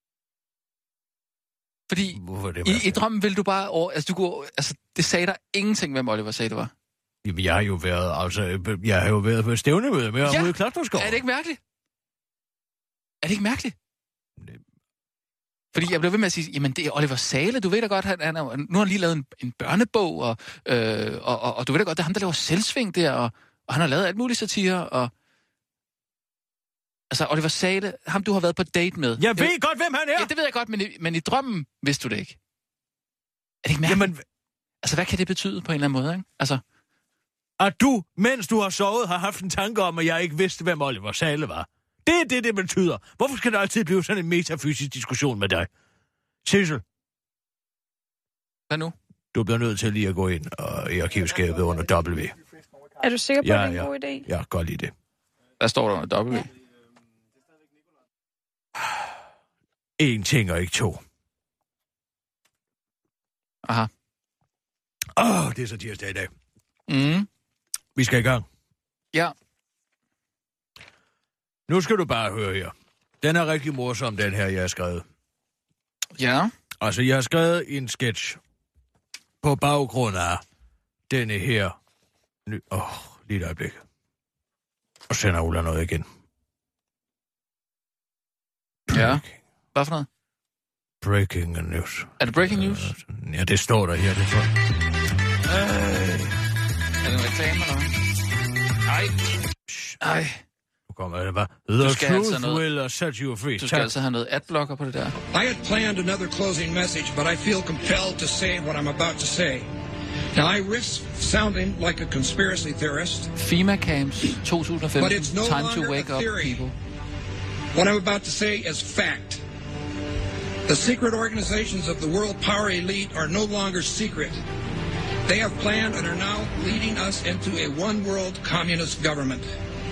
Speaker 5: Fordi i drømmen ville du bare det sagde dig ingenting, hvem Oliver Zahle var.
Speaker 4: Jamen, jeg har jo været på et stævnemøde med ham ude i Klosterskov.
Speaker 5: Er det ikke mærkeligt? Er det ikke mærkeligt? Fordi jeg blev ved med at sige, jamen det er Oliver Zahle, du ved da godt, nu har han lige lavet en børnebog, og du ved da godt, det er ham, der laver Selvsving der, og han har lavet alt muligt satire, og... Altså, Oliver Zahle, ham du har været på date med...
Speaker 4: Jeg ved godt, hvem han er!
Speaker 5: Ja, det ved jeg godt, men i drømmen vidste du det ikke. Er det ikke mærkeligt? Jamen... Altså, hvad kan det betyde på en eller anden måde, ikke? Altså...
Speaker 4: At du, mens du har sovet, har haft en tanke om, at jeg ikke vidste, hvem Oliver Zahle var. Det er det betyder. Hvorfor skal der altid blive sådan en metafysisk diskussion med dig? Sissel.
Speaker 5: Hvad nu?
Speaker 4: Du bliver nødt til lige at gå ind i arkivskabet under W.
Speaker 6: Er du sikker på, at det er en god idé?
Speaker 4: Ja, godt lige det.
Speaker 5: Hvad står der under W?
Speaker 4: En ting og ikke to.
Speaker 5: Aha.
Speaker 4: Det er så tirsdag i dag.
Speaker 5: Mm.
Speaker 4: Vi skal i gang.
Speaker 5: Ja.
Speaker 4: Nu skal du bare høre her. Den er rigtig morsom, den her, jeg har skrevet.
Speaker 5: Ja.
Speaker 4: Altså, jeg har skrevet en sketch på baggrund af denne her... lige et øjeblik. Og sender Ulla noget igen.
Speaker 5: Ja. Hvad for noget?
Speaker 4: Breaking news.
Speaker 5: Er det breaking news?
Speaker 4: Ja, det står der her. Det står...
Speaker 5: Er det en reklame eller hvad? Nej.
Speaker 4: Nu kommer det bare. The truth will set you free.
Speaker 5: Du skal altså have noget adblocker på det der.
Speaker 9: I had planned another closing message, but I feel compelled to say what I'm about to say. Now, I risk sounding like a conspiracy theorist.
Speaker 5: FEMA camps 2015.
Speaker 9: But it's no
Speaker 5: Time
Speaker 9: longer
Speaker 5: to wake
Speaker 9: a
Speaker 5: up,
Speaker 9: theory.
Speaker 5: people.
Speaker 9: What I'm about to say is fact. The secret organizations of the world power elite are no longer secret. They have planned and are now leading us into a one-world communist government.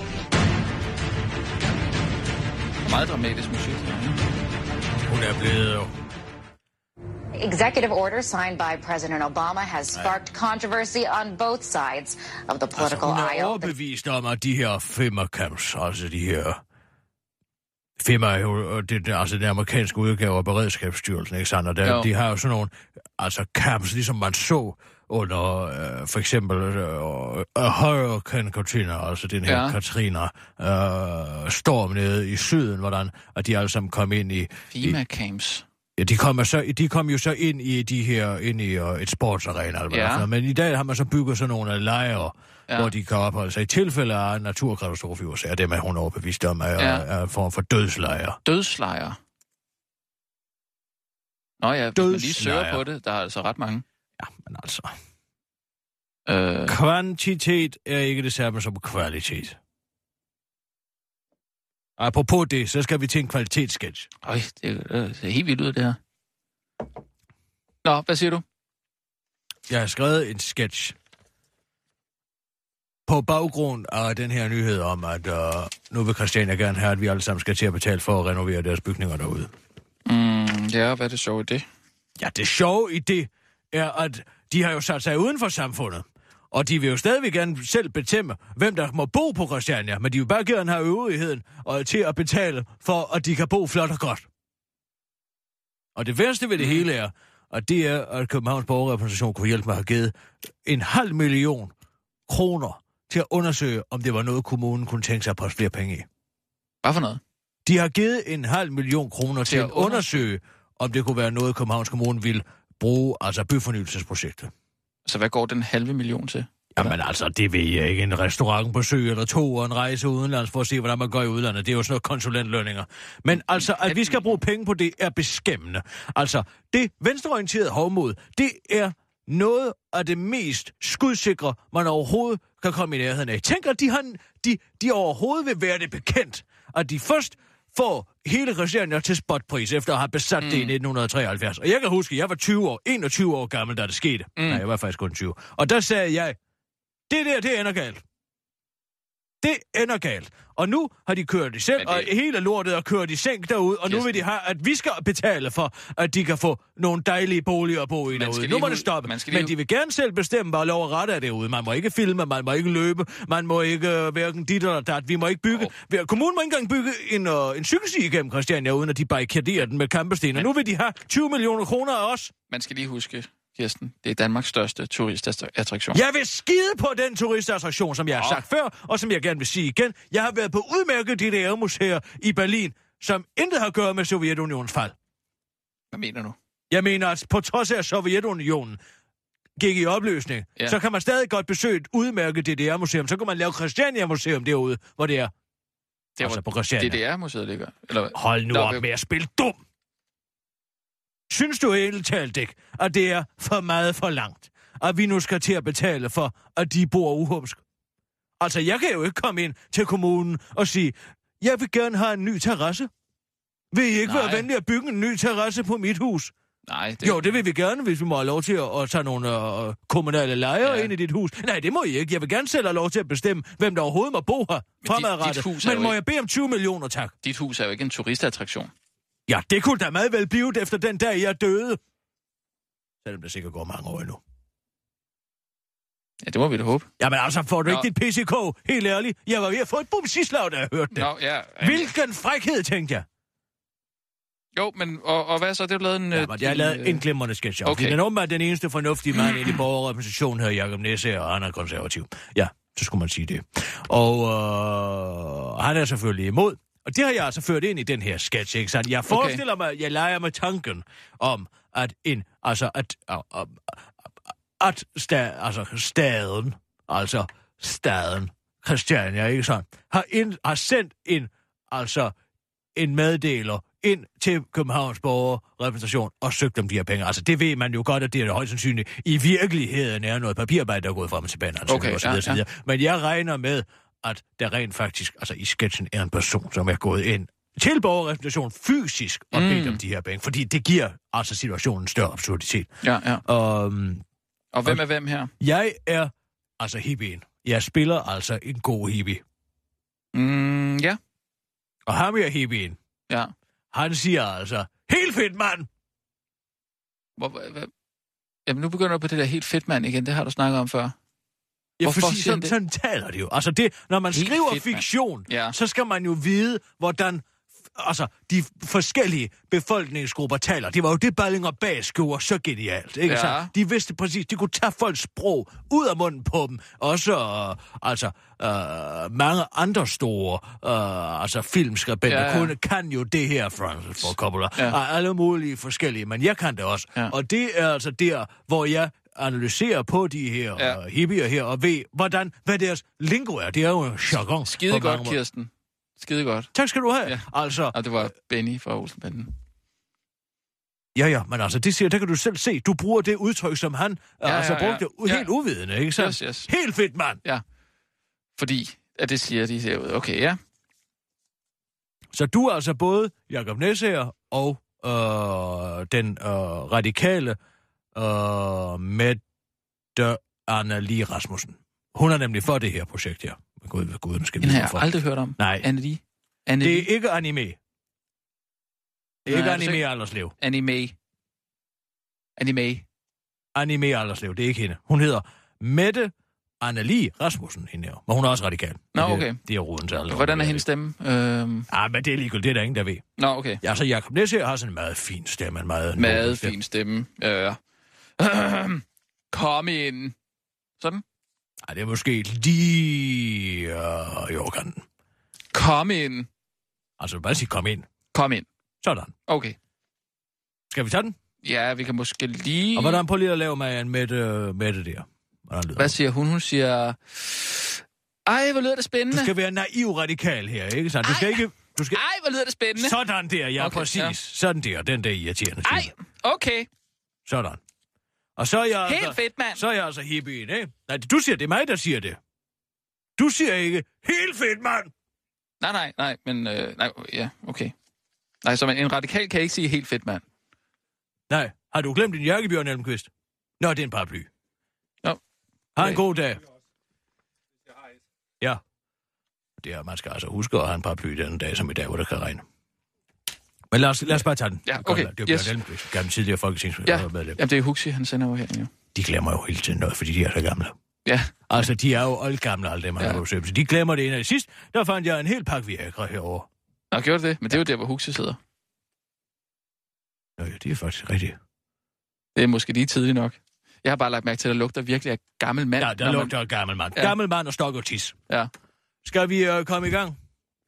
Speaker 5: Meget dramatisk musik.
Speaker 4: Hun er blevet...
Speaker 10: Executive order signed by President Obama has sparked controversy on both sides of the political aisle.
Speaker 4: Hun er overbevist om, at de her FEMA-camps, altså de her... FEMA er jo den amerikanske udgave af Beredskabsstyrelsen, ikke sandt? Og de har jo sådan nogle camps, ligesom man så under for eksempel Hurricane Katrina, altså den her Katrina storm nede i syden, hvordan at de alle sammen kom ind i...
Speaker 5: FEMA-camps.
Speaker 4: Ja, de kom jo så ind i de her, ind i et sportsarena, eller men i dag har man så bygget sådan nogle lejre, hvor de kan opholde sig i tilfælde af en naturkatastrofe i USA. Det er hun overbevist om, er en form for dødslejre.
Speaker 5: Dødslejre? Nå ja, hvis man lige søger på det, der er altså ret mange.
Speaker 4: Ja, men altså... Kvantitet er ikke det samme som kvalitet. Apropos det, så skal vi til en kvalitetssketch.
Speaker 5: Det er helt vildt ud, det her. Nå, hvad siger du?
Speaker 4: Jeg har skrevet en sketch på baggrund af den her nyhed om, at nu vil Christiania gerne have, at vi alle sammen skal til at betale for at renovere deres bygninger derude.
Speaker 5: Ja, hvad er det sjove i det?
Speaker 4: Ja, det sjove i det er, at de har jo sat sig uden for samfundet. Og de vil jo stadigvæk gerne selv bestemme, hvem der må bo på Christiania, men de vil bare gerne have øvrigheden til at betale for, at de kan bo flot og godt. Og det værste ved det hele er, at det er, at Københavns Borgerrepræsentation kunne hjælpe mig at have givet 500.000 kroner til at undersøge, om det var noget, kommunen kunne tænke sig at poste flere penge i.
Speaker 5: Hvad for noget?
Speaker 4: De har givet 500.000 kroner til at undersøge, om det kunne være noget, Københavns Kommune ville bruge, altså byfornyelsesprojektet.
Speaker 5: Så hvad går den 500.000 til?
Speaker 4: Jamen altså, det ved jeg ikke. En restaurant på sø eller 2 og en rejse udenlands for at se, hvordan man går i udlandet. Det er jo sådan noget konsulentlønninger. Men altså, at vi skal bruge penge på det, er beskæmmende. Altså, det venstreorienterede hovmod, det er noget af det mest skudsikre, man overhovedet kan komme i nærheden af. Tænk, at de overhovedet vil være det bekendt, at de først får hele Christiania til spotpris, efter at have besat det i 1973. Og jeg kan huske, at jeg var 21 år gammel, da det skete. Nej, jeg var faktisk kun 20. Og der sagde jeg, det ender galt. Det ender galt. Og nu har de kørt i selv, og hele lortet er kørt i sænk derude, og nu vil de have, at vi skal betale for, at de kan få nogle dejlige boliger at bo i derude. Nu må det stoppe. Men de vil gerne selv bestemme, hvad lov og ret er derude. Man må ikke filme, man må ikke løbe, man må ikke hverken dit eller dat. Vi må ikke bygge. Kommunen må ikke engang bygge en cykelsti igennem Christiania, uden at de barrikaderer den med kampesten. Og nu vil de have 20 millioner kroner af os.
Speaker 5: Man skal lige huske, Kirsten, det er Danmarks største turistattraktion.
Speaker 4: Jeg vil skide på den turistattraktion, som jeg har sagt før, og som jeg gerne vil sige igen. Jeg har været på udmærket DDR-museer i Berlin, som intet har at gøre med Sovjetunionens fald.
Speaker 5: Hvad mener du?
Speaker 4: Jeg mener, at på trods af Sovjetunionen gik i opløsning, så kan man stadig godt besøge et udmærket DDR-museum. Så kan man lave Christiania-museum derude, hvor det er.
Speaker 5: Det er altså på Christiania. DDR-museet ligger. Eller...
Speaker 4: Hold nu op med at spille dum! Synes du helt talt ikke, at det er for meget for langt, at vi nu skal til at betale for, at de bor uhumsk? Altså, jeg kan jo ikke komme ind til kommunen og sige, jeg vil gerne have en ny terrasse. Vil I ikke være venlige at bygge en ny terrasse på mit hus?
Speaker 5: Nej.
Speaker 4: Jo, det vil vi gerne, hvis vi må have lov til at tage nogle kommunale lejere ind i dit hus. Nej, det må I ikke. Jeg vil gerne selv have lov til at bestemme, hvem der overhovedet må bo her fremadrettet. Men må jeg bede om 20 millioner, tak?
Speaker 5: Dit hus er jo ikke en turistattraktion.
Speaker 4: Ja, det kunne da meget vel blive efter den dag, jeg døde. Selvom det sikkert går mange år endnu.
Speaker 5: Ja, det må vi da håbe.
Speaker 4: Jamen altså, får du ikke dit PCK? Helt ærligt. Jeg var ved at få et bumsislag, da jeg hørte det. Hvilken frækhed, tænkte jeg.
Speaker 5: Jo, men og hvad så? Det er blevet en...
Speaker 4: Ja, jeg har lavet en glimrende sketch. Okay. Den er den eneste fornuftige mand i borgerrepræsentation her, Jacob Næsser, og han er konservativ. Ja, så skulle man sige det. Og han er selvfølgelig imod. Og det har jeg altså ført ind i den her sketch, ikke sandt? Jeg forestiller mig, jeg leger med tanken om, at staden, Christiania, ikke sandt, har sendt en meddeler ind til Københavns borgerrepræsentation og søgt om de her penge. Altså, det ved man jo godt, at det er højst sandsynligt. I virkeligheden er noget papirarbejde, der er gået frem og tilbage. Altså, Men jeg regner med, at der rent faktisk, altså i sketchen, er en person, som er gået ind til borgerrepræsentation fysisk og bedt om de her penge, fordi det giver altså situationen større absurditet.
Speaker 5: Og hvem er hvem her?
Speaker 4: Jeg er altså hippien. Jeg spiller altså en god hippie.
Speaker 5: Ja.
Speaker 4: Og ham er hippien.
Speaker 5: Ja.
Speaker 4: Han siger altså, helt fedt, mand!
Speaker 5: Jamen, nu begynder du på det der helt fedt, mand igen. Det har du snakket om før.
Speaker 4: Ja, for sådan taler det jo. Altså, når man skriver fiktion, så skal man jo vide, hvordan de forskellige befolkningsgrupper taler. Det var jo det, Ballinger Bag skriver så genialt, ikke sant? De vidste præcis, de kunne tage folks sprog ud af munden på dem. Også, mange andre store, filmskribenter kan jo det her, Francis Ford Coppola, og alle mulige forskellige, men jeg kan det også. Ja. Og det er altså der, hvor jeg analyserer på de her hippier her, og ved, hvad deres lingo er. Det er jo en jargon.
Speaker 5: Skide godt, Kirsten. Skide godt.
Speaker 4: Tak skal du have.
Speaker 5: Ja. Og det var Benny fra Olsenbanden.
Speaker 4: Ja, men altså, der kan du selv se. Du bruger det udtryk, som han brugte helt uvidende, ikke sant?
Speaker 5: Yes.
Speaker 4: Helt fedt, mand!
Speaker 5: Ja. Fordi, at det siger de derude. Okay, ja.
Speaker 4: Så du er altså både Jacob Næsser og den radikale Mette Anna-Lie Rasmussen. Hun er nemlig for det her projekt her. Gud, skal
Speaker 5: den har jeg aldrig hørt om.
Speaker 4: Nej.
Speaker 5: Anne-Lie?
Speaker 4: Det er ikke anime. Det er ikke anime Alderslev. Anime Alderslev, det er ikke hende. Hun hedder Mette Anna-Lie Rasmussen, hende her. Men hun er også radikal.
Speaker 5: Nå, okay.
Speaker 4: Det er roden til alle.
Speaker 5: Hvordan er hendes stemme?
Speaker 4: Men det er ligegyldigt. Det er der ingen, der ved.
Speaker 5: Nå, okay.
Speaker 4: Ja, så Jacob Næsser har sådan en meget fin stemme.
Speaker 5: Meget fin stemme. Kom ind. Sådan?
Speaker 4: Ej, det er måske lige i overkanten.
Speaker 5: Kom ind.
Speaker 4: Altså, bare sige kom ind.
Speaker 5: Kom ind.
Speaker 4: Sådan.
Speaker 5: Okay.
Speaker 4: Skal vi tage den?
Speaker 5: Ja, vi kan måske lige...
Speaker 4: Og hvordan prøv lige at lave Marianne Mette der?
Speaker 5: Hvad siger hun? Hun siger... Ej, hvor lyder det spændende.
Speaker 4: Du skal være naiv radikal her, ikke sant? Du skal ikke...
Speaker 5: Ej, hvor lyder det spændende.
Speaker 4: Sådan der, ja, okay, præcis. Ja. Sådan der, den der irriterende type.
Speaker 5: Ej, okay.
Speaker 4: Sådan. Og så er jeg...
Speaker 5: Helt fedt, mand.
Speaker 4: Så er jeg altså hippien, ikke? Nej, du siger, det er mig, der siger det. Du siger ikke, helt fedt, mand.
Speaker 5: Nej, men... nej, ja, okay. Nej, så en radikal kan ikke sige helt fedt, mand.
Speaker 4: Nej, har du glemt din jakke, Bjørn Elmqvist? Nå, det er en paraply.
Speaker 5: Nå.
Speaker 4: Ha' en god dag. Ja. Det er, man skal altså huske at have en paraply den dag, som i dag, hvor det kan regne. Men lad os bare tage den.
Speaker 5: Ja, okay.
Speaker 4: Det er Bjørn Elmqvist, gammel tidligere folketingsmedlem.
Speaker 5: Ja, det er Huxi, han sender over her, ja.
Speaker 4: De glemmer jo hele tiden noget, fordi de er så gamle.
Speaker 5: Ja.
Speaker 4: Altså, de er jo oldgamle, alle dem, man har besøgt. Så de glemmer det ene af sidst. Der fandt jeg en hel pakke Viagra herovre.
Speaker 5: Nå, gjorde det? Men det er jo der, hvor Huxi sidder.
Speaker 4: Nå ja, det er faktisk rigtigt.
Speaker 5: Det er måske lige tidligt nok. Jeg har bare lagt mærke til, at der lugter virkelig af gammel mand.
Speaker 4: Ja, der lugter af gammel mand. Ja. Gammel mand og stok og tis.
Speaker 5: Ja.
Speaker 4: Skal vi komme i gang?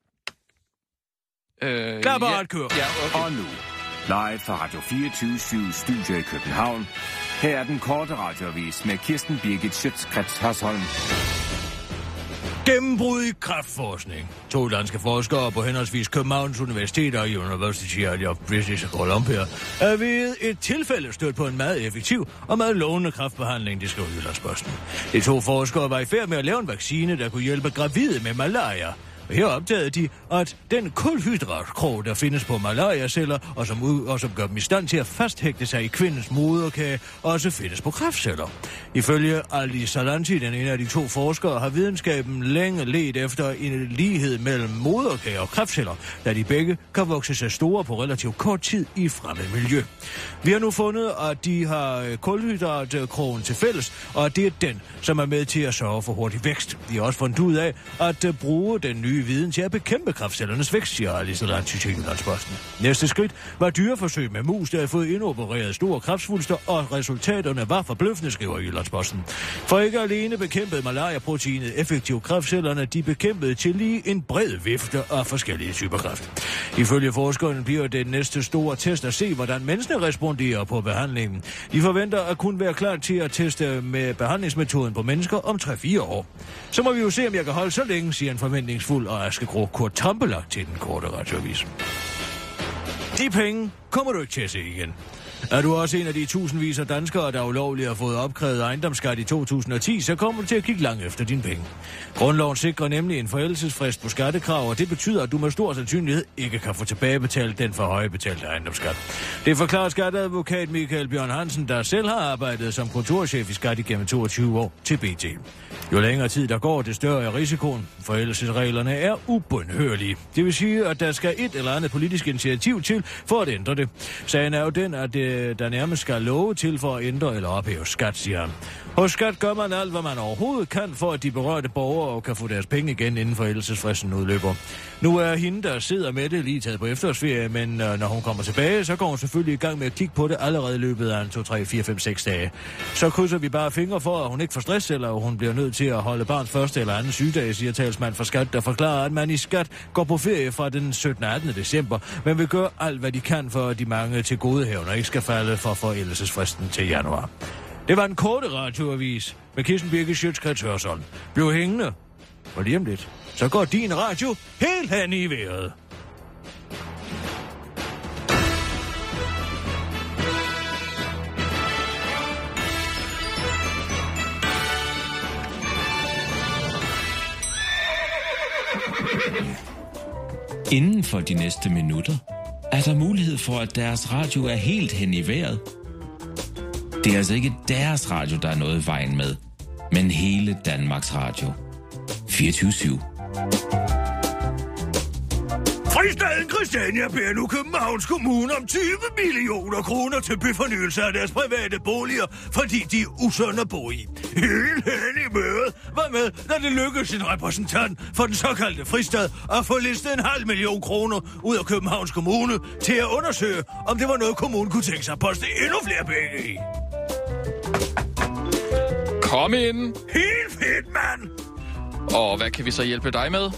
Speaker 4: Klar på at køre.
Speaker 7: Ja, okay. Og nu, live fra Radio 24/7 Studio i København. Her er den korte radioavis med Kirsten Birgit Schøtz-Krets Hørsholm.
Speaker 4: Gennembrud i kræftforskning. 2 danske forskere på henholdsvis Københavns Universitet og University of British Columbia er ved et tilfælde stødt på en meget effektiv og meget lovende kræftbehandling, det skriver Jyllandsposten. De 2 forskere var i færd med at lave en vaccine, der kunne hjælpe gravide med malaria. Og her opdagede de, at den kulhydratkrog, der findes på malariaceller, og som gør dem i stand til at fasthægte sig i kvindens moderkage, også findes på kræftceller. Ifølge Ali Salanti, den ene af de 2 forskere, har videnskaben længe ledt efter en lighed mellem moderkage og kræftceller, da de begge kan vokse sig store på relativt kort tid i fremmed miljø. Vi har nu fundet, at de har kulhydratkrogen til fælles, og at det er den, som er med til at sørge for hurtig vækst. De har også fundet ud af at bruge den nye viden til at bekæmpe kræftcellernes vækst, siger Ali Salanti til Jyllandsposten. Næste skridt var dyreforsøg med mus, der havde fået indopereret store kræftsvulster, og resultaterne var forbløffende, skriver Jyllandsposten. For ikke alene bekæmpede malaria-proteinet effektivt kræftcellerne, de bekæmpede til lige en bred vifte af forskellige typer kræft. Ifølge forskerne bliver det næste store test at se, hvordan menneskene responderer på behandlingen. De forventer at kunne være klar til at teste med behandlingsmetoden på mennesker om 3-4 år. Så må vi jo se, om jeg kan holde så længe, siger en forventningsfuld og askegrå Kurt Tampeler til den korte radioavis. De penge kommer du ikke til at se igen. Er du også en af de tusindvis af danskere, der ulovligt har fået opkrævet ejendomsskat i 2010, så kommer du til at kigge langt efter dine penge. Grundloven sikrer nemlig en forældelsesfrist på skattekrav, og det betyder, at du med stor sandsynlighed ikke kan få tilbagebetalt den for høje betalte ejendomsskat. Det forklarer skatteadvokat Michael Bjørn Hansen, der selv har arbejdet som kontorchef i skat igennem 22 år, til BT. Jo længere tid der går, det større er risikoen. Forældelsesreglerne er ubønhørlige. Det vil sige, at der skal et eller andet politisk initiativ til for at ændre det. Sagen er jo den, at der nærmest skal love til for at ændre eller ophæve skat, siger han. Hos skat gør man alt, hvad man overhovedet kan, for at de berørte borgere kan få deres penge igen, inden forældelsesfristen udløber. Nu er hende, der sidder med det, lige taget på efterårsferie, men når hun kommer tilbage, så går hun selvfølgelig i gang med at kigge på det allerede i løbet af 2, 3, 4, 5, 6 dage. Så krydser vi bare fingre for, at hun ikke får stress, eller hun bliver nødt til at holde barns første eller anden sygedag, siger talsmand for skat, der forklarer, at man i skat går på ferie fra den 17. og 18. december, men vil gøre alt, hvad de kan, for at de mange til godehavner ikke skal falde for forældelsesfristen til januar. Det var en korte radioavis med Kirsten Birgit Schøtz-Krets Hørsholm. Bliv hængende, og lige om lidt, så går din radio helt hen i vejret.
Speaker 11: Inden for de næste minutter er der mulighed for, at deres radio er helt hen i vejret. Det er altså ikke deres radio, der er noget i vejen med, men hele Danmarks Radio. 24/7.
Speaker 4: Fristaden Christiania beder nu Københavns Kommune om 20 millioner kroner til byfornyelse af deres private boliger, fordi de er usunde at bo i. Helt hen i mødet var med, da det lykkedes en repræsentant for den såkaldte fristad at få listet 500.000 kroner ud af Københavns Kommune til at undersøge, om det var noget, kommunen kunne tænke sig at poste endnu flere penge i.
Speaker 5: Kom ind.
Speaker 4: Helt fedt, mand!
Speaker 5: Og hvad kan vi så hjælpe dig med?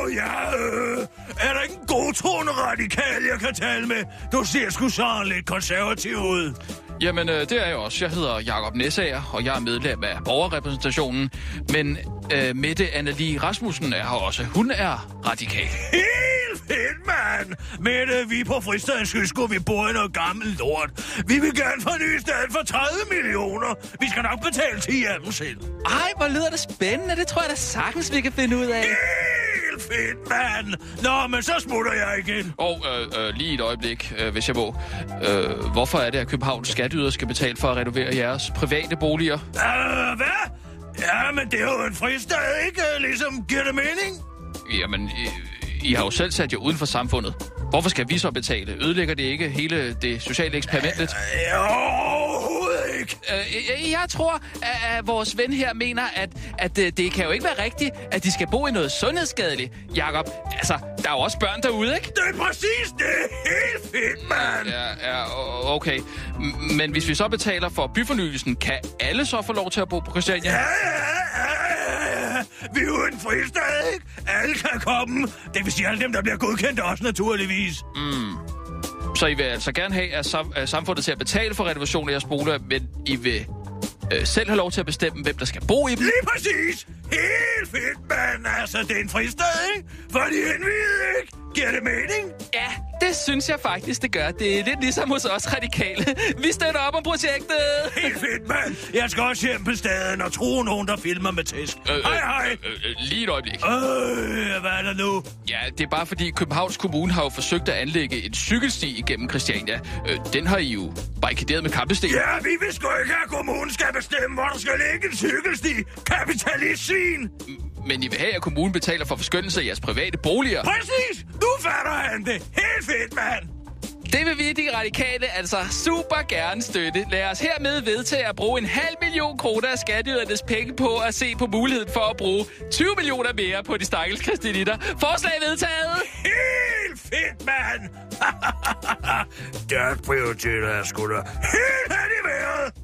Speaker 4: Er der ikke en godtroende radikal, jeg kan tale med? Du ser sgu sådan lidt konservativ ud.
Speaker 5: Jamen, det er jeg også. Jeg hedder Jakob Næsager, og jeg er medlem af borgerrepræsentationen. Men Mette Annelie Rasmussen er her også. Hun er radikal.
Speaker 4: Helt fedt, mand! Mette, vi på Fristadens Skysko, vi bor i noget gammelt lort. Vi vil gerne forny stedet for 30 millioner. Vi skal nok betale til hjemme selv.
Speaker 5: Ej, hvor lyder det spændende. Det tror jeg da sagtens, vi kan finde ud af.
Speaker 4: Helt fedt, mand! Nå, men så smutter jeg igen.
Speaker 5: Lige et øjeblik, hvis jeg må. Hvorfor er det, at Københavns skatteyder skal betale for at renovere jeres private boliger?
Speaker 4: Hvad? Ja, men det er jo en fristad, ikke? Ligesom, giver det mening?
Speaker 5: Jamen, I har jo selv sat jer uden for samfundet. Hvorfor skal vi så betale? Ødelægger det ikke hele det sociale eksperiment lidt?
Speaker 4: Overhovedet ikke.
Speaker 5: Jeg tror, at vores ven her mener, at det kan jo ikke være rigtigt, at de skal bo i noget sundhedsskadeligt. Jakob, altså, der er jo også børn derude, ikke?
Speaker 4: Det er præcis det. Helt fedt, mand.
Speaker 5: Ja, okay. Men hvis vi så betaler for byfornyelsen, kan alle så få lov til at bo på Christiania?
Speaker 4: Ja. Vi er jo en fristad, ikke? Alle kan komme. Det vil sige alle dem, der bliver godkendt også, naturligvis.
Speaker 5: Så I vil altså gerne have at samfundet til at betale for renovation af jeres boliger, men I vil selv have lov til at bestemme, hvem der skal bo i dem?
Speaker 4: Lige præcis! Helt fedt, mand! Altså, det er en fristad, ikke? For de indvidede, ikke? Giver det mening?
Speaker 5: Ja, det synes jeg faktisk, det gør. Det er lidt ligesom hos os radikale. Vi støtter op om projektet.
Speaker 4: Helt fedt, mand! Jeg skal også hjem på staden og tro nogen, der filmer med tæsk. Hej.
Speaker 5: Lige et øjeblik.
Speaker 4: Hvad er der nu?
Speaker 5: Ja, det er bare fordi Københavns Kommune har jo forsøgt at anlægge en cykelsti igennem Christiania. Den har I jo barrikaderet med kampesten.
Speaker 4: Ja, vi vil sgu ikke have, at kommunen skal bestemme, hvor der skal ligge en cykelsti. Kapitalistsvin!
Speaker 5: Men I vil have, at kommunen betaler for forskyndelse af jeres private boliger.
Speaker 4: Præcis! Nu fatter han det. Helt fedt, mand!
Speaker 5: Det vil vi, de radikale, altså super gerne støtte. Lad os hermed vedtage at bruge 500.000 kroner af skatteydernes penge på at se på muligheden for at bruge 20 millioner mere på de stakkels christianitter. Forslag vedtaget!
Speaker 4: Helt fedt, mand! Deres prioriteter er sgu da helt hen i vejret!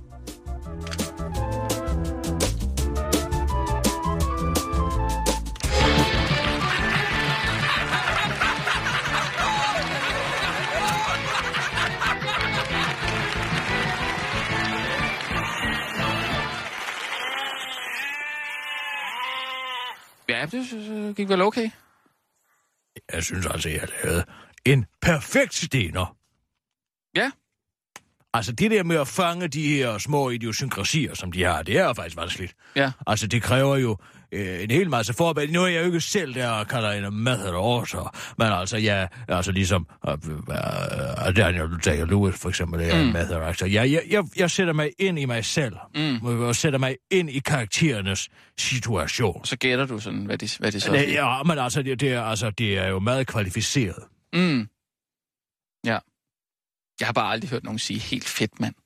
Speaker 5: Ja, det gik vel okay.
Speaker 4: Jeg synes altså, jeg lavede en perfekt stener.
Speaker 5: Ja.
Speaker 4: Altså, det der med at fange de her små idiosynkrasier, som de har, det er jo faktisk vanskeligt.
Speaker 5: Ja.
Speaker 4: Altså, det kræver jo en hel masse forberedelse. Nu er jeg jo ikke selv der og kalder en method også, men altså, ja, altså ligesom Daniel Day-Lewis for eksempel, er en method. Altså, jeg sætter mig ind i mig selv, og sætter mig ind i karakterernes situation.
Speaker 5: Så gætter du sådan, hvad de så siger?
Speaker 4: Ja, men altså, det er jo meget kvalificeret.
Speaker 5: Ja. Jeg har bare aldrig hørt nogen sige helt fedt, mand.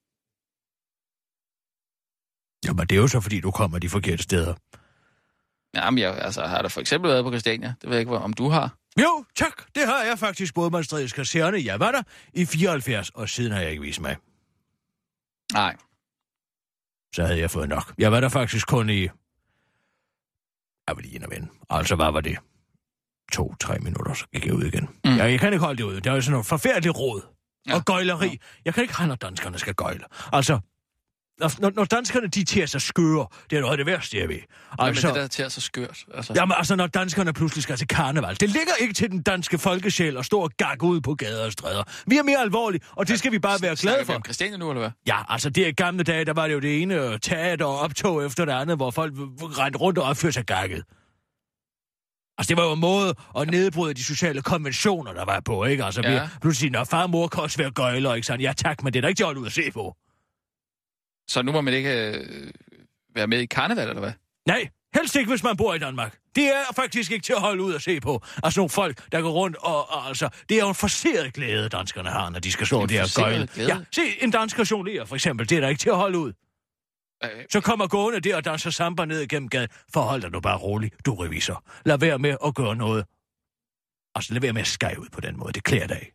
Speaker 4: Jamen, det er jo så, fordi du kommer de forkerte steder.
Speaker 5: Jamen, har der for eksempel været på Christiania? Det ved jeg ikke, om du har.
Speaker 4: Jo, tak. Det har jeg faktisk. Bådmandsstrædets kaserne. Jeg var der i 74, og siden har jeg ikke vist mig.
Speaker 5: Nej.
Speaker 4: Så havde jeg fået nok. Jeg var der faktisk kun i... Jeg var lige ind og vende. Altså, hvad var det? 2-3 minutter, så gik jeg ud igen. Jeg kan ikke holde det ud. Det er jo sådan noget forfærdeligt råd. Ja. Og gøjleri. Ja. Jeg kan ikke have, når danskerne skal gøjle. Altså, når danskerne, de tager sig skøre, det er noget af det værste, jeg ved. Altså,
Speaker 5: men det der tager sig skørt. Altså.
Speaker 4: Jamen, altså, når danskerne pludselig skal til karneval. Det ligger ikke til den danske folkesjæl at stå og gakke ud på gader og stræder. Vi er mere alvorlige, og det skal vi bare være glade for.
Speaker 5: Snakker vi om Christiania nu, eller hvad?
Speaker 4: Ja, altså, det er gamle dage, der var det jo det ene teater og optog efter det andet, hvor folk rendte rundt og opførte sig gakket. Altså, det var jo en måde at nedbryde de sociale konventioner, der var på, ikke? Altså, vi pludselig, når far og mor kan også være gøjler, ikke sådan? Ja, tak, men det er da ikke til at holde ud at se på. Så
Speaker 5: nu må man ikke være med i karneval, eller hvad?
Speaker 4: Nej, helst ikke, hvis man bor i Danmark. Det er faktisk ikke til at holde ud at se på. Altså, nogle folk, der går rundt og altså, det er jo en forceret glæde, danskerne har, når de skal stå der og gøjle. Ja, se, en dansker jonglerer, for eksempel, det er der ikke til at holde ud. Så kommer gående der og danser samba ned igennem gaden. Forhold dig nu bare roligt, du revisor. Lad være med at gøre noget. Altså, lad være med at skære ud på den måde. Det klæder dig.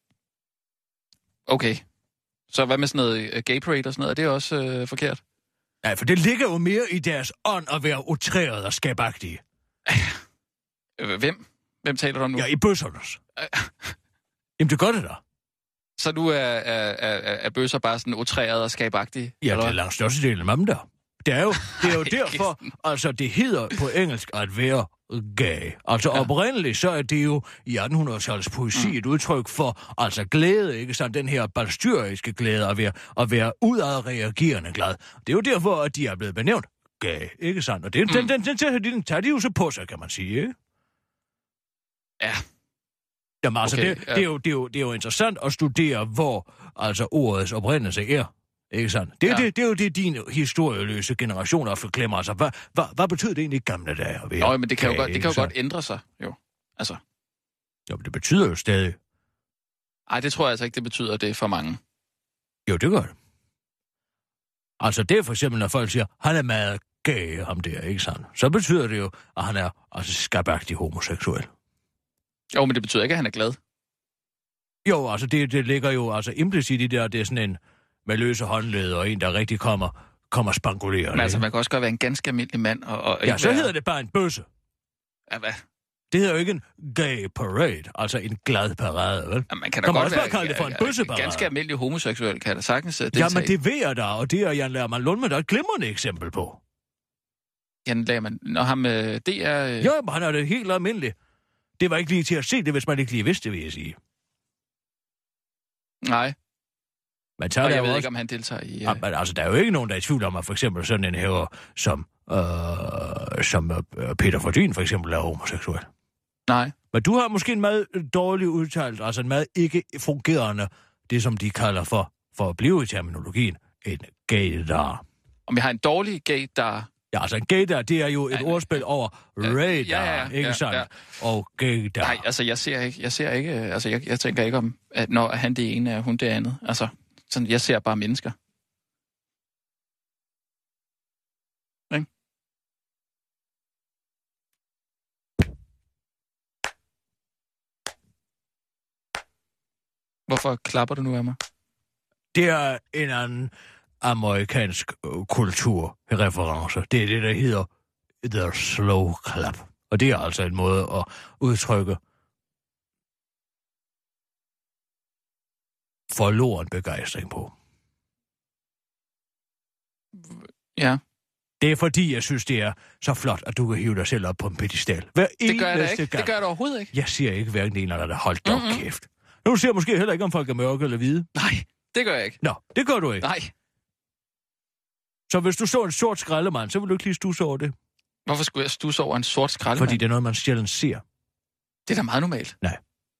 Speaker 5: Okay. Så hvad med sådan noget gay parade og sådan noget? Er det også forkert?
Speaker 4: Nej, for det ligger jo mere i deres ånd at være outreret og skabagtige.
Speaker 5: Hvem taler du om nu?
Speaker 4: Ja, i bøssernes. Jamen, det gør det da.
Speaker 5: Så nu er bøsser bare sådan outreret og skabagtige?
Speaker 4: Ja, det er langt størstedelen af dem der. Det er jo derfor, altså det hedder på engelsk at være gay. Altså oprindeligt, så er det jo i 1800-tallets poesi et udtryk for altså glæde, ikke sådan den her balstyriske glæde at være udadreagerende glad. Det er jo derfor, at de er blevet benævnt gay, ikke sandt? Og den tager de jo så på sig, kan man sige, ikke?
Speaker 5: Ja.
Speaker 4: Jamen altså, okay, det er jo interessant at studere, hvor altså ordets oprindelse er. Ikke sandt? Det er jo det, din historieløse generationer forklemmer. Altså, hvad betød det egentlig i gamle dage?
Speaker 5: Nå, men det kan jo godt ændre sig, jo. Altså.
Speaker 4: Jo, men det betyder jo stadig.
Speaker 5: Nej, det tror jeg altså ikke, det betyder det for mange.
Speaker 4: Jo, det gør det. Altså, det er for eksempel, når folk siger, han er meget gay, ham der, ikke sandt? Så betyder det jo, at han er altså skabagtig homoseksuel.
Speaker 5: Jo, men det betyder ikke, at han er glad.
Speaker 4: Jo, altså, det ligger jo altså implicit i det, at det er sådan en med løse håndled og en, der rigtig kommer spangulerende.
Speaker 5: Men altså, man kan også godt være en ganske almindelig mand og
Speaker 4: ja, så hedder det bare en bøsse.
Speaker 5: Ja, hvad?
Speaker 4: Det hedder jo ikke en gay parade, altså en glad parade, vel?
Speaker 5: Ja, man kan da godt
Speaker 4: være kalde det for en bøsseparade.
Speaker 5: Ganske almindelig homoseksuel kan der sagtens deltage.
Speaker 4: Jamen, det ved jeg da, og det er Jan Lerman Lundman, der er et glimrende eksempel på.
Speaker 5: Jan Lerman, når ham, det er...
Speaker 4: Jo, men han er det helt almindeligt. Det var ikke lige til at se det, hvis man ikke lige vidste det, vil jeg sige.
Speaker 5: Nej.
Speaker 4: Og
Speaker 5: jeg ved ikke, om han deltager i...
Speaker 4: Ja, men altså, der er jo ikke nogen, der er i tvivl om, at for eksempel sådan en hæver, som Peter Fordin for eksempel er homoseksuel.
Speaker 5: Nej.
Speaker 4: Men du har måske en meget dårlig udtalt, altså en meget ikke fungerende, det som de kalder for at blive i terminologien, en gaydar.
Speaker 5: Om jeg har en dårlig gaydar?
Speaker 4: Ja, altså en gaydar, det er jo et ordspil over radar, ikke sandt? Ja. Og gaydar.
Speaker 5: Nej, altså jeg ser ikke, altså jeg tænker ikke om, at når han det ene er hun det andet. Altså, sådan, jeg ser bare mennesker. Ikke? Hvorfor klapper du nu af mig?
Speaker 4: Det er en anden amerikansk kulturreference. Det er det, der hedder the slow clap. Og det er altså en måde at udtrykke forloren begejstring på.
Speaker 5: Ja.
Speaker 4: Det er fordi, jeg synes, det er så flot, at du kan hive dig selv op på en pedestal.
Speaker 5: Det gør jeg da ikke. Det gør jeg da overhovedet ikke.
Speaker 4: Jeg siger ikke hverken det ene eller der holdt dog kæft. Nu ser jeg måske heller ikke, om folk er mørke eller hvide.
Speaker 5: Nej, det gør jeg ikke.
Speaker 4: Nå, det gør du ikke.
Speaker 5: Nej.
Speaker 4: Så hvis du så en sort skraldemand, så vil du ikke lige stusse over det.
Speaker 5: Hvorfor skulle jeg stusse over en sort skraldemand?
Speaker 4: Fordi det er noget, man sjældent ser.
Speaker 5: Det er da meget normalt.
Speaker 4: Nej.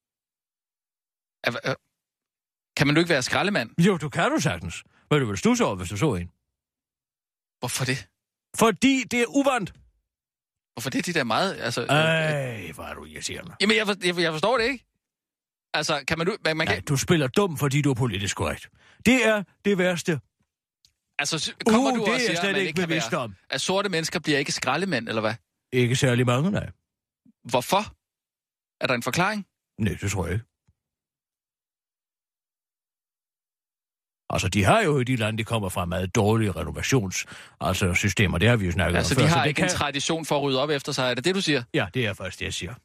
Speaker 5: Kan man nu ikke være skraldemand?
Speaker 4: Jo, du kan du sagtens. Men du vil stusse over, hvis du så en.
Speaker 5: Hvorfor det?
Speaker 4: Fordi det er uvant.
Speaker 5: Hvorfor det? Det er meget, altså...
Speaker 4: hvor er du irriterende.
Speaker 5: Jamen, jeg forstår det ikke. Altså, kan man nu... Man
Speaker 4: Nej,
Speaker 5: kan...
Speaker 4: du spiller dum, fordi du er politisk korrekt. Det er det værste.
Speaker 5: Altså, kommer du og siger,
Speaker 4: at man ikke kan være... om.
Speaker 5: At sorte mennesker bliver ikke skraldemænd, eller hvad?
Speaker 4: Ikke særlig mange, nej.
Speaker 5: Hvorfor? Er der en forklaring?
Speaker 4: Nej, det tror jeg ikke. Altså, de har jo i de lande, de kommer fra meget dårlige systemer. Det har vi jo snakket om
Speaker 5: før. Altså, de har ikke en tradition for at rydde op efter sig. Er det det, du siger?
Speaker 4: Ja, det er faktisk det, jeg siger.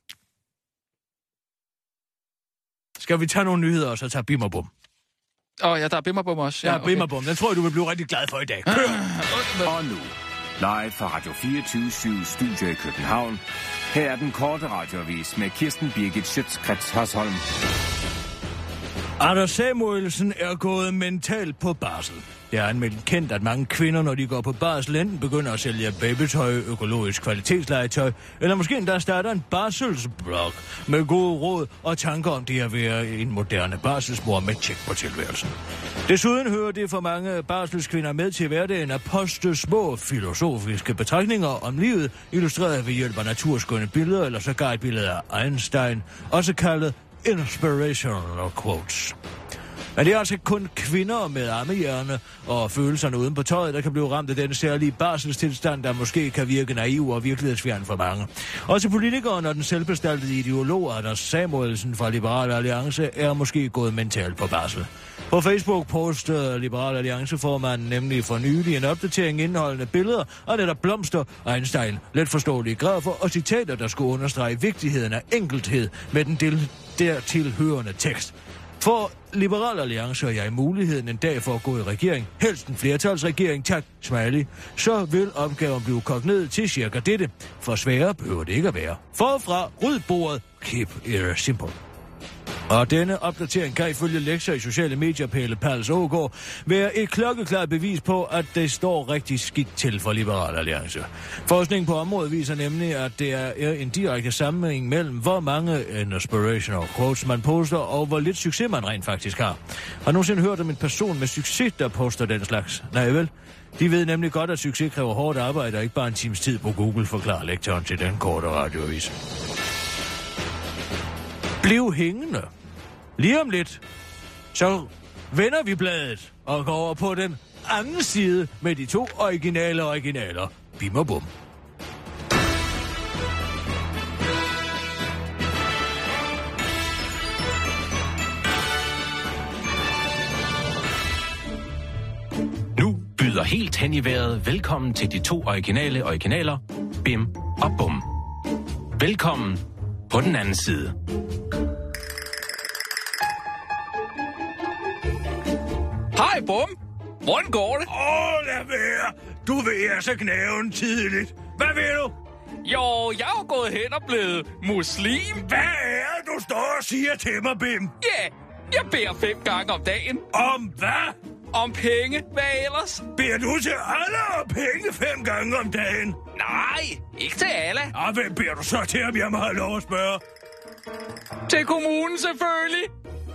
Speaker 4: Skal vi tage nogle nyheder, og så tage Bimmerbum?
Speaker 5: Ja, der er Bimmerbum også.
Speaker 4: Ja, okay. Bimmerbum. Den tror jeg, du vil blive rigtig glad for i dag. Kør!
Speaker 7: Og nu, live fra Radio 24/7 Studio i København. Her er den korte radioavis med Kirsten Birgit Schøtz-Krets Hørsholm.
Speaker 4: Anders Samuelsen er gået mentalt på barsel. Det er anmeldt kendt, at mange kvinder, når de går på barsel, enten begynder at sælge babytøj, økologisk kvalitetslegetøj, eller måske endda starter en barselsblog med gode råd og tanker om det at være en moderne barselsmor med tjek på tilværelsen. Desuden hører det for mange barselskvinder med til hverdagen at poste små filosofiske betragtninger om livet, illustreret ved hjælp af naturskønne billeder, eller sågar et billede af Einstein, også kaldet inspirational quotes. Men det er altså kun kvinder med ammehjerne og følelserne uden på tøjet, der kan blive ramt af den særlige barselstilstand, der måske kan virke naiv og virkelighedsfjern for mange. Også politikeren og den selvbestaltede ideolog Anders Samuelsen fra Liberal Alliance er måske gået mentalt på barsel. På Facebook postede Liberal Allianceformanden nemlig for nylig en opdatering indeholdende billeder af netop blomster, Einstein, letforståelige grafer og citater, der skulle understrege vigtigheden af enkelthed med den dertilhørende tekst. For Liberal Alliance og jeg muligheden en dag for at gå i regering, helst en flertalsregering, tak, smiley, så vil opgaven blive kogt ned til cirka dette. For sværere behøver det ikke at være. Forfra, ryd bordet, keep it simple. Og denne opdatering kan ifølge lektier i sociale medier Pelle Pals Ågaard være et klokkeklart bevis på, at det står rigtig skidt til for Liberal Alliance. Forskning på området viser nemlig, at det er en direkte sammenhæng mellem, hvor mange inspirational quotes man poster, og hvor lidt succes man rent faktisk har. Har nogensinde hørt om en person med succes, der poster den slags? Nej vel? De ved nemlig godt, at succes kræver hårdt arbejde, og ikke bare en times tid på Google, forklarer lektoren til den korte radioavis. Bliv hængende. Lige om lidt, så vender vi bladet og går over på den anden side med de 2 originaler. Bim og bum.
Speaker 11: Nu byder helt hen i vejret velkommen til de 2 originaler, Bim og Bum. Velkommen på den anden side.
Speaker 12: Hej, Bum. Hvordan går det?
Speaker 4: Lad være. Du vil så knæven tidligt. Hvad vil du?
Speaker 12: Jo, jeg er gået hen og blevet muslim.
Speaker 4: Hvad er det, du står og siger til mig, Bim?
Speaker 12: Ja, jeg beder 5 gange om dagen.
Speaker 4: Om hvad?
Speaker 12: Om penge. Hvad ellers?
Speaker 4: Beder du til alle om penge 5 gange om dagen?
Speaker 12: Nej, ikke til alle.
Speaker 4: Og hvem beder du så til, om jeg må have lov at spørge?
Speaker 12: Til kommunen selvfølgelig.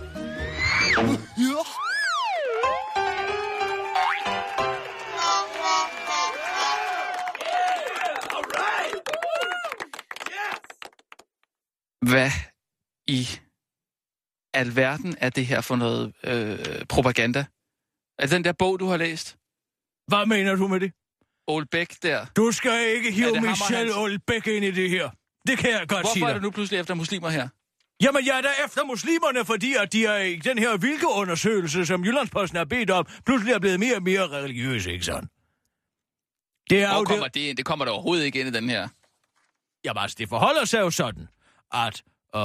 Speaker 12: Hvad i alverden er det her for noget propaganda? Er det den der bog, du har læst?
Speaker 4: Hvad mener du med det?
Speaker 12: Olbæk der.
Speaker 4: Du skal ikke hive Michel Olbæk ind i det her. Det kan jeg godt sige dig.
Speaker 12: Hvorfor er du nu pludselig efter muslimer her?
Speaker 4: Jamen, jeg er da efter muslimerne, fordi at de er i den her Vilke-undersøgelse, som Jyllandsposten har bedt om, pludselig er blevet mere og mere religiøse, ikke sådan?
Speaker 12: Det er. Hvor kommer det ind? Det kommer der overhovedet ikke ind i den her.
Speaker 4: Jamen, altså, det forholder sig jo sådan, at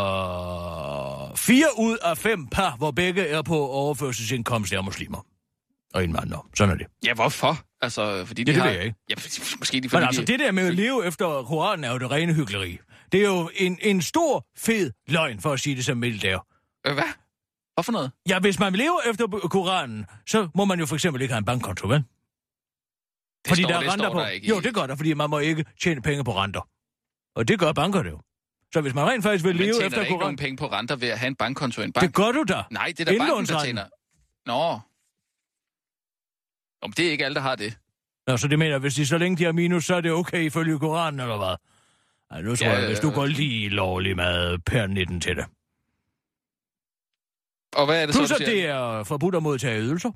Speaker 4: 4 ud af 5 par, hvor begge er på overførselsindkomst, er muslimer og indvandrere. Sådan er det.
Speaker 12: Ja, hvorfor? Altså, fordi
Speaker 4: det ved jeg ikke.
Speaker 12: Ja, måske de,
Speaker 4: men altså, det der med at leve efter Koranen er jo det rene hykleri. Det er jo en stor, fed løgn, for at sige det som mildt der.
Speaker 12: Hvad? Hvorfor noget?
Speaker 4: Ja, hvis man lever efter Koranen, så må man jo for eksempel ikke have en bankkonto, vel? Fordi der er renter på. Jo, det gør der, fordi man må ikke tjene penge på renter. Og det gør bankerne jo. Så hvis man rent faktisk vil leve efter Koranen... Men tjener
Speaker 12: ikke nogen penge på renter ved at have en bankkonto i en bank?
Speaker 4: Det gør du da.
Speaker 12: Nej, det er der banken, der tjener. Nå. Om det er ikke alle, der har det.
Speaker 4: Nå, så det mener, hvis de så længe de har minus, så er det okay ifølge Koranen, eller hvad? Ej, nu tror jeg, hvis du går lige lovlig mad per 19 til det.
Speaker 12: Og hvad er det
Speaker 4: plus,
Speaker 12: så,
Speaker 4: at det er forbudt at modtage ydelser.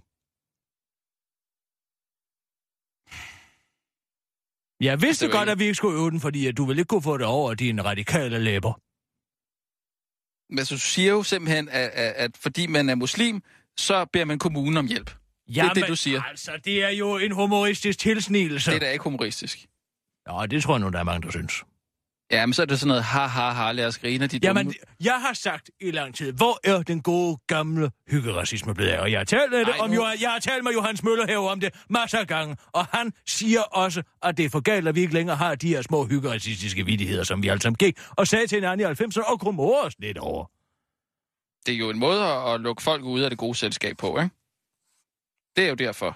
Speaker 4: Jeg vidste godt, at vi ikke skulle øve den, fordi at du vil ikke kunne få det over dine radikale læber.
Speaker 12: Men så du siger jo simpelthen, at fordi man er muslim, så beder man kommunen om hjælp.
Speaker 4: Jamen,
Speaker 12: det er det, du siger.
Speaker 4: Altså, det er jo en humoristisk tilsnigelse.
Speaker 12: Det er da ikke humoristisk.
Speaker 4: Nå, det tror jeg nu, der er mange, der synes.
Speaker 12: Ja, men så er det sådan noget, lad os grine, de dumme.
Speaker 4: Jamen, jeg har sagt i lang tid, hvor er den gode, gamle hyggeracisme blevet af? Og jeg har talt med Johannes Møllerhave om det masser af gange, og han siger også, at det er for galt, at vi ikke længere har de her små hyggeracistiske vittigheder, som vi alle sammen gik, og sagde til hinanden i 90'erne, og krummer os lidt over.
Speaker 12: Det er jo en måde at lukke folk ud af det gode selskab på, ikke? Det er jo derfor.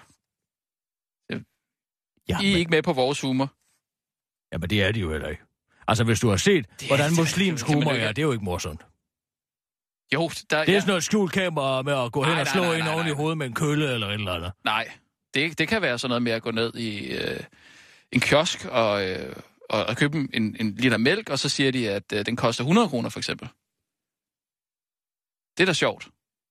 Speaker 12: I er ikke med på vores humor.
Speaker 4: Jamen, det er de jo heller ikke. Altså, hvis du har set, hvordan muslimsk humor er, det er jo ikke morsomt.
Speaker 12: Jo,
Speaker 4: det er sådan noget skjult kamera med at gå hen og slå en oven i hovedet med en kølle eller et eller andet.
Speaker 12: Nej, det kan være sådan noget med at gå ned i en kiosk og købe en liter mælk, og så siger de, at den koster 100 kroner for eksempel. Det er da sjovt.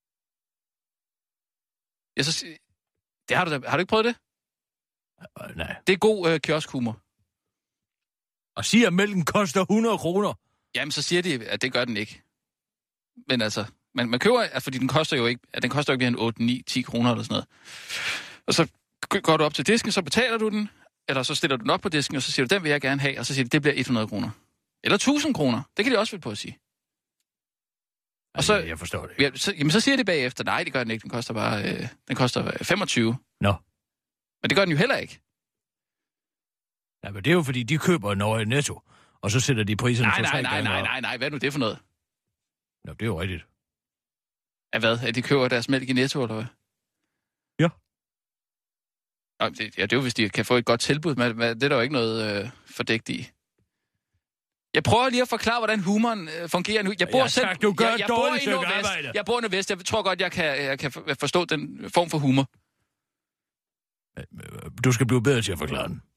Speaker 12: Har du ikke prøvet det?
Speaker 4: Nej.
Speaker 12: Det er god kioskhumor.
Speaker 4: Og siger, at mælken koster 100 kroner.
Speaker 12: Jamen, så siger de, at det gør den ikke. Men altså,
Speaker 5: Man køber, fordi den koster jo ikke mere end 8, 9, 10 kroner eller sådan noget. Og så går du op til disken, så betaler du den, eller så stiller du den op på disken, og så siger du, den vil jeg gerne have, og så siger du, det bliver 100 kroner. Eller 1000 kroner. Det kan de også vel på at sige. Og så,
Speaker 4: jeg forstår det.
Speaker 5: Ja, så siger de bagefter, nej, det gør den ikke, den koster 25.
Speaker 4: Nå.
Speaker 5: Men det gør den jo heller ikke.
Speaker 4: Ja, men det er jo fordi, de køber noget i Netto, og så sætter de priserne for 3 gange.
Speaker 5: Nej, hvad er nu det for noget?
Speaker 4: Nå, det er jo rigtigt.
Speaker 5: Af hvad? At de køber deres mælk i Netto, eller hvad?
Speaker 4: Ja.
Speaker 5: Det er jo, hvis de kan få et godt tilbud, men det er der jo ikke noget fordækt i. Jeg prøver lige at forklare, hvordan humoren fungerer nu. Jeg bor selv...
Speaker 4: Du gør et dårligt stykke arbejde.
Speaker 5: Jeg bor i Nordvest. Jeg tror godt, jeg kan forstå den form for humor.
Speaker 4: Du skal blive bedre til at forklare den.